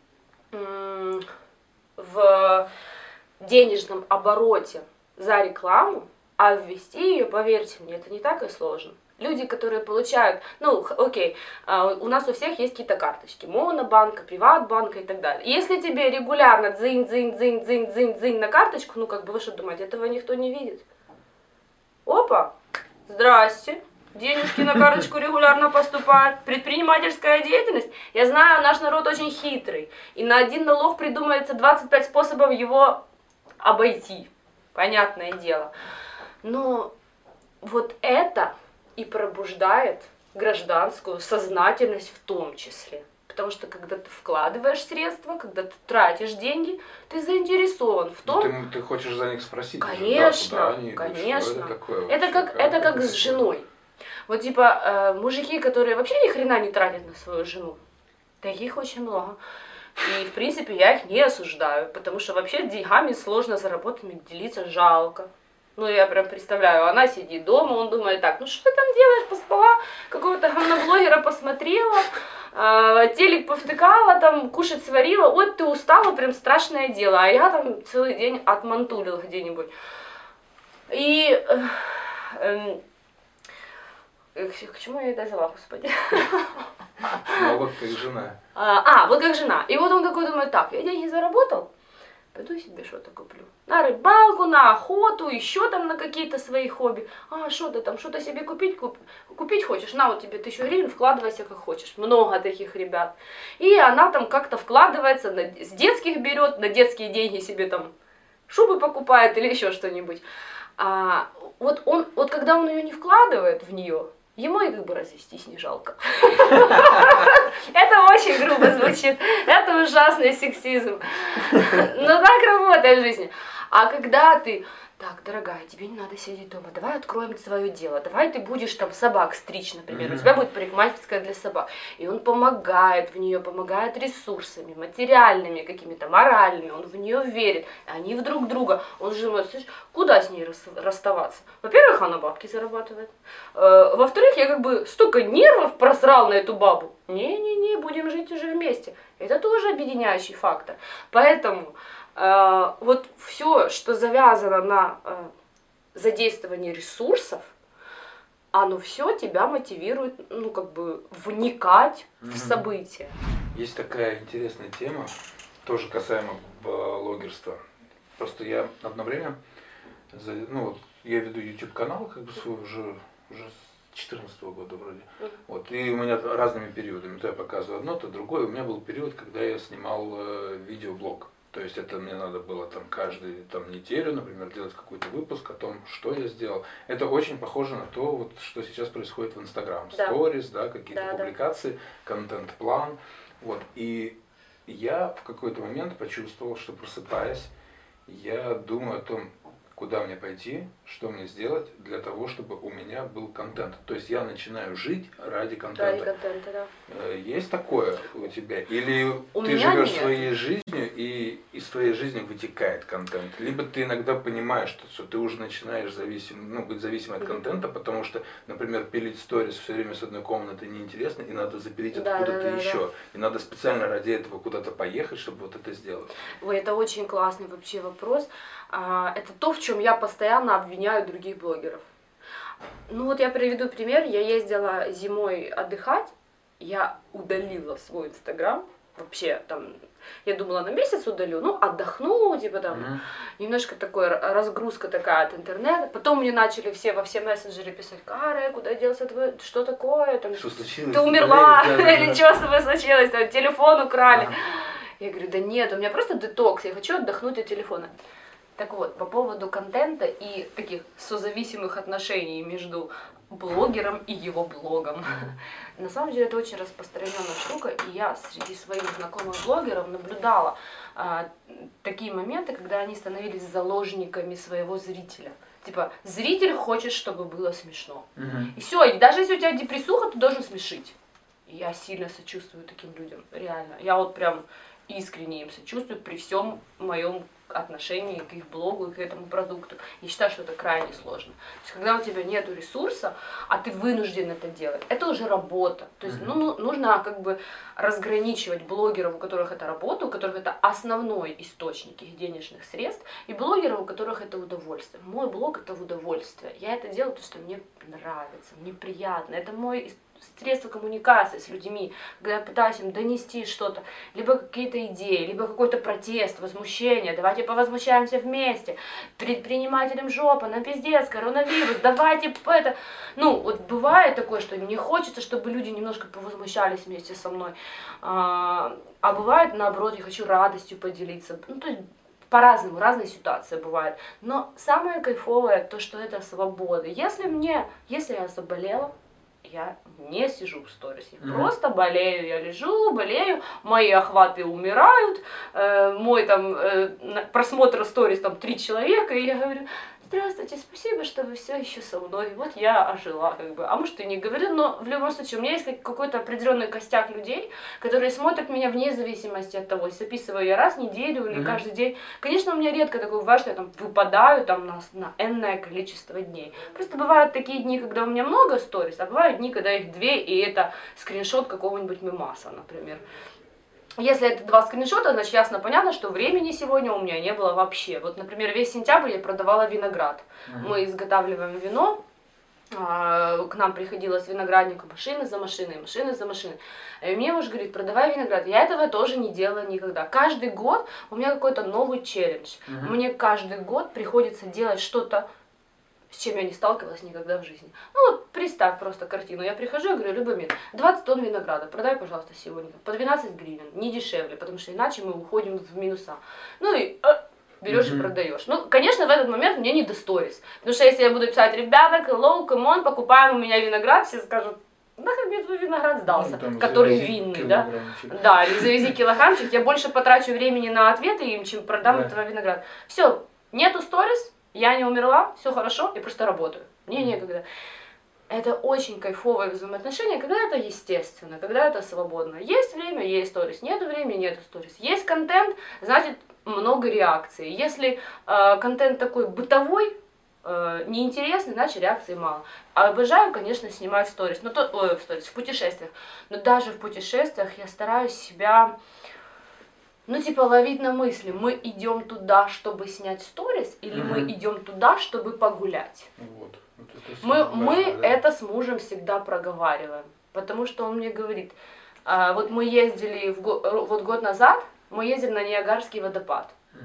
в денежном обороте за рекламу, а ввести ее, поверьте мне, это не так и сложно. Люди, которые получают, ну, окей, у нас у всех есть какие-то карточки, Монобанка, Приватбанка и так далее. Если тебе регулярно дзынь, дзынь, дзынь, дзынь, дзынь, дзынь на карточку, ну, как бы вы что думаете, этого никто не видит? Опа, здрасте, денежки на карточку регулярно поступают, предпринимательская деятельность. Я знаю, наш народ очень хитрый, и на один налог придумается двадцать пять способов его обойти, понятное дело. Но вот это и пробуждает гражданскую сознательность в том числе. Потому что когда ты вкладываешь средства, когда ты тратишь деньги, ты заинтересован в том... Ты, ты хочешь за них спросить? Конечно, да, они, конечно. это, такое это как, это как с женой. Вот типа э, мужики, которые вообще ни хрена не тратят на свою жену, таких очень много. И в принципе я их не осуждаю, потому что вообще деньгами сложно заработанными делиться жалко. Ну, я прям представляю, она сидит дома, он думает так, ну что ты там делаешь, поспала, какого-то говноблогера посмотрела, э, телек повтыкала, там, кушать сварила, ой, ты устала, прям страшное дело, а я там целый день отмантулил где-нибудь. И... Э, э, э, к чему я это взяла, господи? Ну, вот как жена. А, а, вот как жена. И вот он такой думает, так, я деньги заработал, пойду себе что-то куплю. На рыбалку, на охоту, еще там на какие-то свои хобби. А, что ты там, что-то себе купить, куп... купить хочешь? На, вот тебе тысячу гривен, вкладывайся как хочешь. Много таких ребят. И она там как-то вкладывается, на... с детских берет, на детские деньги себе там шубы покупает или еще что-нибудь. А, вот, он, вот когда он ее не вкладывает в нее, ему и как бы развестись не жалко. Это очень грубо звучит. Это ужасный сексизм. Но так работает в жизни. А когда ты... Так, дорогая, тебе не надо сидеть дома, давай откроем свое дело, давай ты будешь там собак стричь, например, mm-hmm. у тебя будет парикмахерская для собак, и он помогает в нее, помогает ресурсами, материальными какими-то, моральными, он в нее верит, они в друг друга, он же думает, слышь, куда с ней расставаться? Во-первых, она бабки зарабатывает, э, во-вторых, я как бы столько нервов просрал на эту бабу, не-не-не, будем жить уже вместе, это тоже объединяющий фактор, поэтому... Uh, вот все, что завязано на uh, задействовании ресурсов, оно все тебя мотивирует, ну, как бы, вникать mm-hmm. в события. Есть такая интересная тема, тоже касаемо блогерства. Просто я одно время, ну, вот, я веду YouTube-канал, как бы, свой уже, уже с четырнадцатого года вроде. Mm-hmm. Вот, и у меня разными периодами, то я показываю одно, то другое. У меня был период, когда я снимал э, видеоблог. То есть это мне надо было там каждую там, неделю, например, делать какой-то выпуск о том, что я сделал. Это очень похоже на то, вот, что сейчас происходит в Инстаграм. Сторис, да, какие-то да, публикации, да. контент-план. Вот. И я в какой-то момент почувствовал, что просыпаясь, я думаю о том, куда мне пойти, что мне сделать для того, чтобы у меня был контент. То есть я начинаю жить ради контента. Ради контента, да. Есть такое у тебя? Или у ты живешь нет. своей жизнью, и из твоей жизни вытекает контент? Либо ты иногда понимаешь, что, что ты уже начинаешь зависим, ну, быть зависимым от mm-hmm. контента, потому что, например, пилить сторис все время с одной комнаты неинтересно, и надо запилить да, откуда-то да, да, еще. Да. И надо специально ради этого куда-то поехать, чтобы вот это сделать. Ой, это очень классный вообще вопрос. Это то, в чем я постоянно обвиняю других блогеров. Ну вот я приведу пример. Я ездила зимой отдыхать, я удалила свой Инстаграм. Вообще там, я думала, на месяц удалю, ну отдохну, типа там, mm-hmm. немножко такой разгрузка такая от интернета. Потом мне начали все во все мессенджеры писать: Кара, куда делся твой, что такое, там, что случилось? Ты умерла, или что с тобой случилось, там, телефон украли. Я говорю, да нет, у меня просто детокс, я хочу отдохнуть от телефона. Так вот, по поводу контента и таких созависимых отношений между блогером и его блогом. Mm-hmm. На самом деле это очень распространенная штука, и я среди своих знакомых блогеров наблюдала а, такие моменты, когда они становились заложниками своего зрителя. Типа, зритель хочет, чтобы было смешно. Mm-hmm. И все, и даже если у тебя депрессуха, ты должен смешить. И я сильно сочувствую таким людям, реально. Я вот прям... искренне им сочувствую при всем моем отношении к их блогу и к этому продукту. Я считаю, что это крайне сложно. То есть, когда у тебя нет ресурса, а ты вынужден это делать, это уже работа. То есть, ну, ну, нужно как бы разграничивать блогеров, у которых это работа, у которых это основной источник их денежных средств, и блогеров, у которых это удовольствие. Мой блог это удовольствие. Я это делаю, потому что мне нравится, мне приятно. Это мой средства коммуникации с людьми, когда я пытаюсь им донести что-то, либо какие-то идеи, либо какой-то протест, возмущение, давайте повозмущаемся вместе, предпринимателям жопа, на пиздец, коронавирус, давайте это. Ну, вот бывает такое, что мне хочется, чтобы люди немножко повозмущались вместе со мной, а, а бывает наоборот, я хочу радостью поделиться, ну, то есть по-разному, разные ситуации бывают, но самое кайфовое, то, что это свобода. Если мне, если я заболела, я не сижу в сторис, я mm-hmm. просто болею, я лежу, болею, мои охваты умирают, э, мой там э, просмотр сторис там три человека, и я говорю: здравствуйте, спасибо, что вы все еще со мной, вот я ожила, как бы, а может и не говорю, но в любом случае у меня есть какой-то определенный костяк людей, которые смотрят меня вне зависимости от того, записываю я раз в неделю или mm-hmm. каждый день. Конечно, у меня редко такое бывает, что я там выпадаю там на, на энное количество дней. Просто бывают такие дни, когда у меня много сторис, а бывают дни, когда их две, и это скриншот какого-нибудь мемаса, например. Если это два скриншота, значит ясно понятно, что времени сегодня у меня не было вообще. Вот, например, весь сентябрь я продавала виноград. Mm-hmm. Мы изготавливаем вино, к нам приходила с виноградника машины за машиной, машины за машиной. И мне муж говорит: продавай виноград. Я этого тоже не делала никогда. Каждый год у меня какой-то новый челлендж. Mm-hmm. Мне каждый год приходится делать что-то, с чем я не сталкивалась никогда в жизни. Ну вот представь просто картину. Я прихожу и говорю: Любомир, двадцать тонн винограда, продай, пожалуйста, сегодня по двенадцать гривен, не дешевле, потому что иначе мы уходим в минуса. Ну и э, берешь mm-hmm. и продаешь. Ну, конечно, в этот момент мне не до сторис. Потому что если я буду писать: ребята, hello, come on, покупаем у меня виноград, все скажут: нахер мне твой виноград сдался, ну, который винный, да? Да, или завези килограммчик, я больше потрачу времени на ответы им, чем продам да. этого винограда. Все, нету сторис. Я не умерла, все хорошо, я просто работаю. Мне некогда. Это очень кайфовое взаимоотношение, когда это естественно, когда это свободно. Есть время, есть сторис, нет времени, нет сторис. Есть контент, значит много реакций. Если э, контент такой бытовой, э, неинтересный, значит реакции мало. А обожаю, конечно, снимать сторис, но то, ой, в сторис, в путешествиях. Но даже в путешествиях я стараюсь себя... Ну, типа, ловить на мысли, мы идем туда, чтобы снять сторис, или угу. мы идем туда, чтобы погулять. Вот. Вот мы важно, мы да? это с мужем всегда проговариваем, потому что он мне говорит, а, вот мы ездили, в го, вот год назад, мы ездили на Ниагарский водопад. Угу.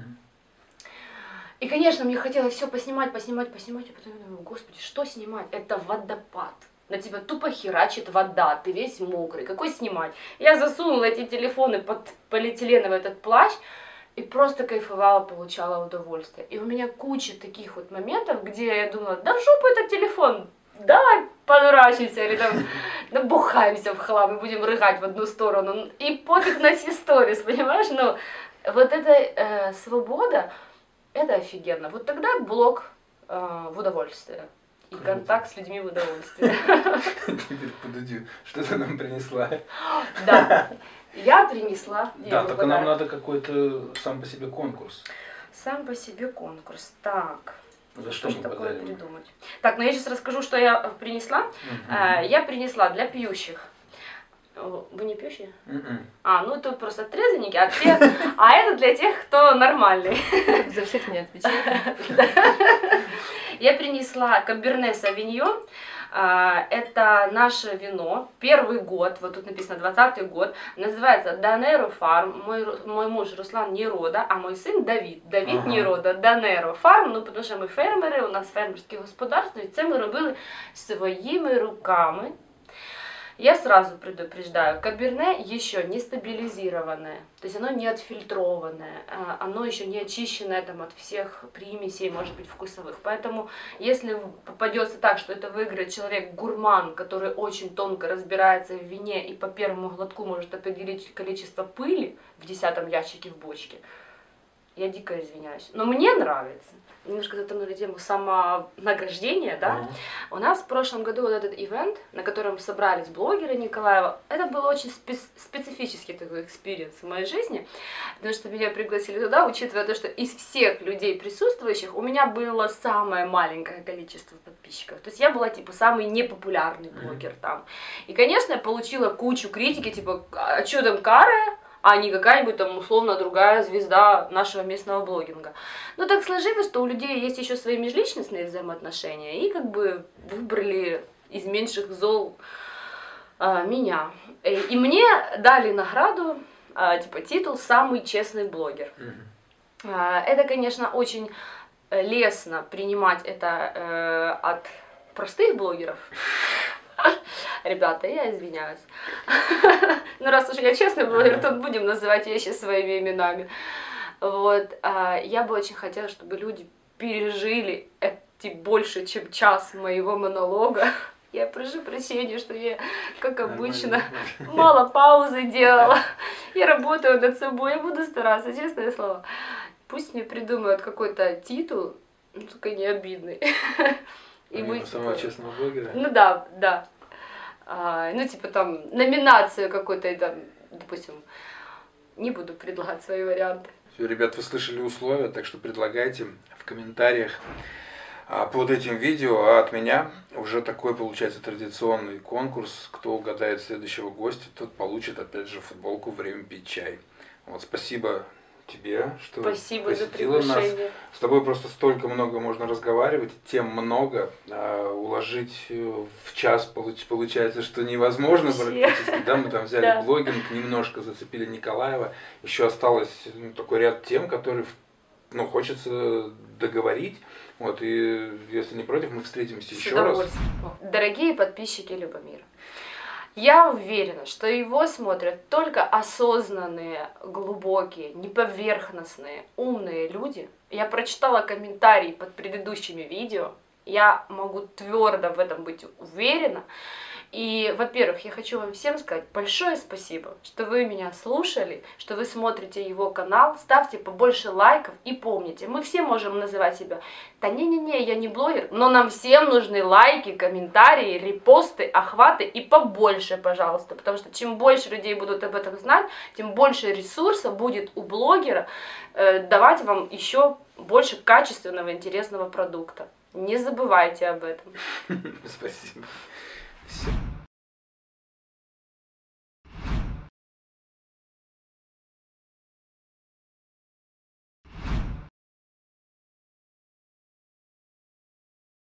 И, конечно, мне хотелось все поснимать, поснимать, поснимать, а потом я думаю: господи, что снимать? Это водопад. На тебя тупо херачит вода, ты весь мокрый, какой снимать? Я засунула эти телефоны под полиэтиленовый этот плащ и просто кайфовала, получала удовольствие. И у меня куча таких вот моментов, где я думала: да в жопу этот телефон, давай подурачимся, или там набухаемся в хлам и будем рыгать в одну сторону. И пофиг на все сторис, понимаешь? Но вот эта э, свобода, это офигенно. Вот тогда блог э, в удовольствие. И круто. Контакт с людьми в удовольствие. Теперь подожди, что ты нам принесла? Да, я принесла. Да, только нам надо какой-то сам по себе конкурс. Сам по себе конкурс. Так. За что мы такое подарим? придумать? Так, ну я сейчас расскажу, что я принесла. Угу. Я принесла для пьющих. Вы не пьющие? Mm-mm. А, ну тут просто трезвенники, а, те, а это для тех, кто нормальный. За всех не отвечаю. Я принесла Каберне Савиньон. Это наше вино, первый год, вот тут написано двадцатый год, называется Данеро Фарм. Мой, мой муж Руслан Нерода, а мой сын Давид. Давид ага. Нерода, Данеро Фарм, ну тому що ми фермери, у нас фермерське господарство, і це ми робили своїми руками. Я сразу предупреждаю, каберне еще не стабилизированное, то есть оно не отфильтрованное, оно еще не очищенное там от всех примесей, может быть, вкусовых. Поэтому, если попадется так, что это выиграет человек-гурман, который очень тонко разбирается в вине и по первому глотку может определить количество пыли в десятом ящике в бочке, Я дико извиняюсь. Но мне нравится. Немножко затронули тему самонаграждения, да. Mm-hmm. У нас в прошлом году вот этот ивент, на котором собрались блогеры Николаева, это был очень спе- специфический такой экспириенс в моей жизни, потому что меня пригласили туда, учитывая то, что из всех людей присутствующих у меня было самое маленькое количество подписчиков. То есть я была, типа, самый непопулярный блогер mm-hmm. там. И, конечно, я получила кучу критики, типа, а что там Кара? А не какая-нибудь там условно другая звезда нашего местного блогинга. Но так сложилось, что у людей есть еще свои межличностные взаимоотношения, и как бы выбрали из меньших зол а, меня. И, и мне дали награду, а, типа титул «Самый честный блогер». Mm-hmm. А, это, конечно, очень лестно принимать это э, от простых блогеров. Ребята, я извиняюсь. Ну, раз уж я честный блогер, то будем называть вещи своими именами. Вот. Я бы очень хотела, чтобы люди пережили эти больше, чем час моего монолога. Я прошу прощения, что я, как обычно, мало паузы делала. Я работаю над собой, я буду стараться, честное слово. Пусть мне придумают какой-то титул, ну, только не обидный. И мы самого честного блогера? Ну да, да. А, ну, типа там, номинацию какую-то, там, допустим, не буду предлагать свои варианты. Все, ребят, вы слышали условия, так что предлагайте в комментариях а, под этим видео. А от меня уже такой, получается, традиционный конкурс. Кто угадает следующего гостя, тот получит, опять же, футболку «Время пить чай». Вот, спасибо тебе, что Спасибо посетила за нас. приглашение. С тобой просто столько много можно разговаривать, тем много. А, уложить в час получается, что невозможно практически. Да, мы там взяли да. блогинг, немножко зацепили Николаева. Еще осталось ну, такой ряд тем, которые ну, хочется договорить. Вот, и если не против, мы встретимся С еще раз. Дорогие подписчики Любомира, я уверена, что его смотрят только осознанные, глубокие, неповерхностные, умные люди. Я прочитала комментарии под предыдущими видео. Я могу твердо в этом быть уверена. И, во-первых, я хочу вам всем сказать большое спасибо, что вы меня слушали, что вы смотрите его канал, ставьте побольше лайков и помните, мы все можем называть себя, да не-не-не, я не блогер, но нам всем нужны лайки, комментарии, репосты, охваты и побольше, пожалуйста, потому что чем больше людей будут об этом знать, тем больше ресурса будет у блогера э, давать вам еще больше качественного, интересного продукта. Не забывайте об этом. Спасибо.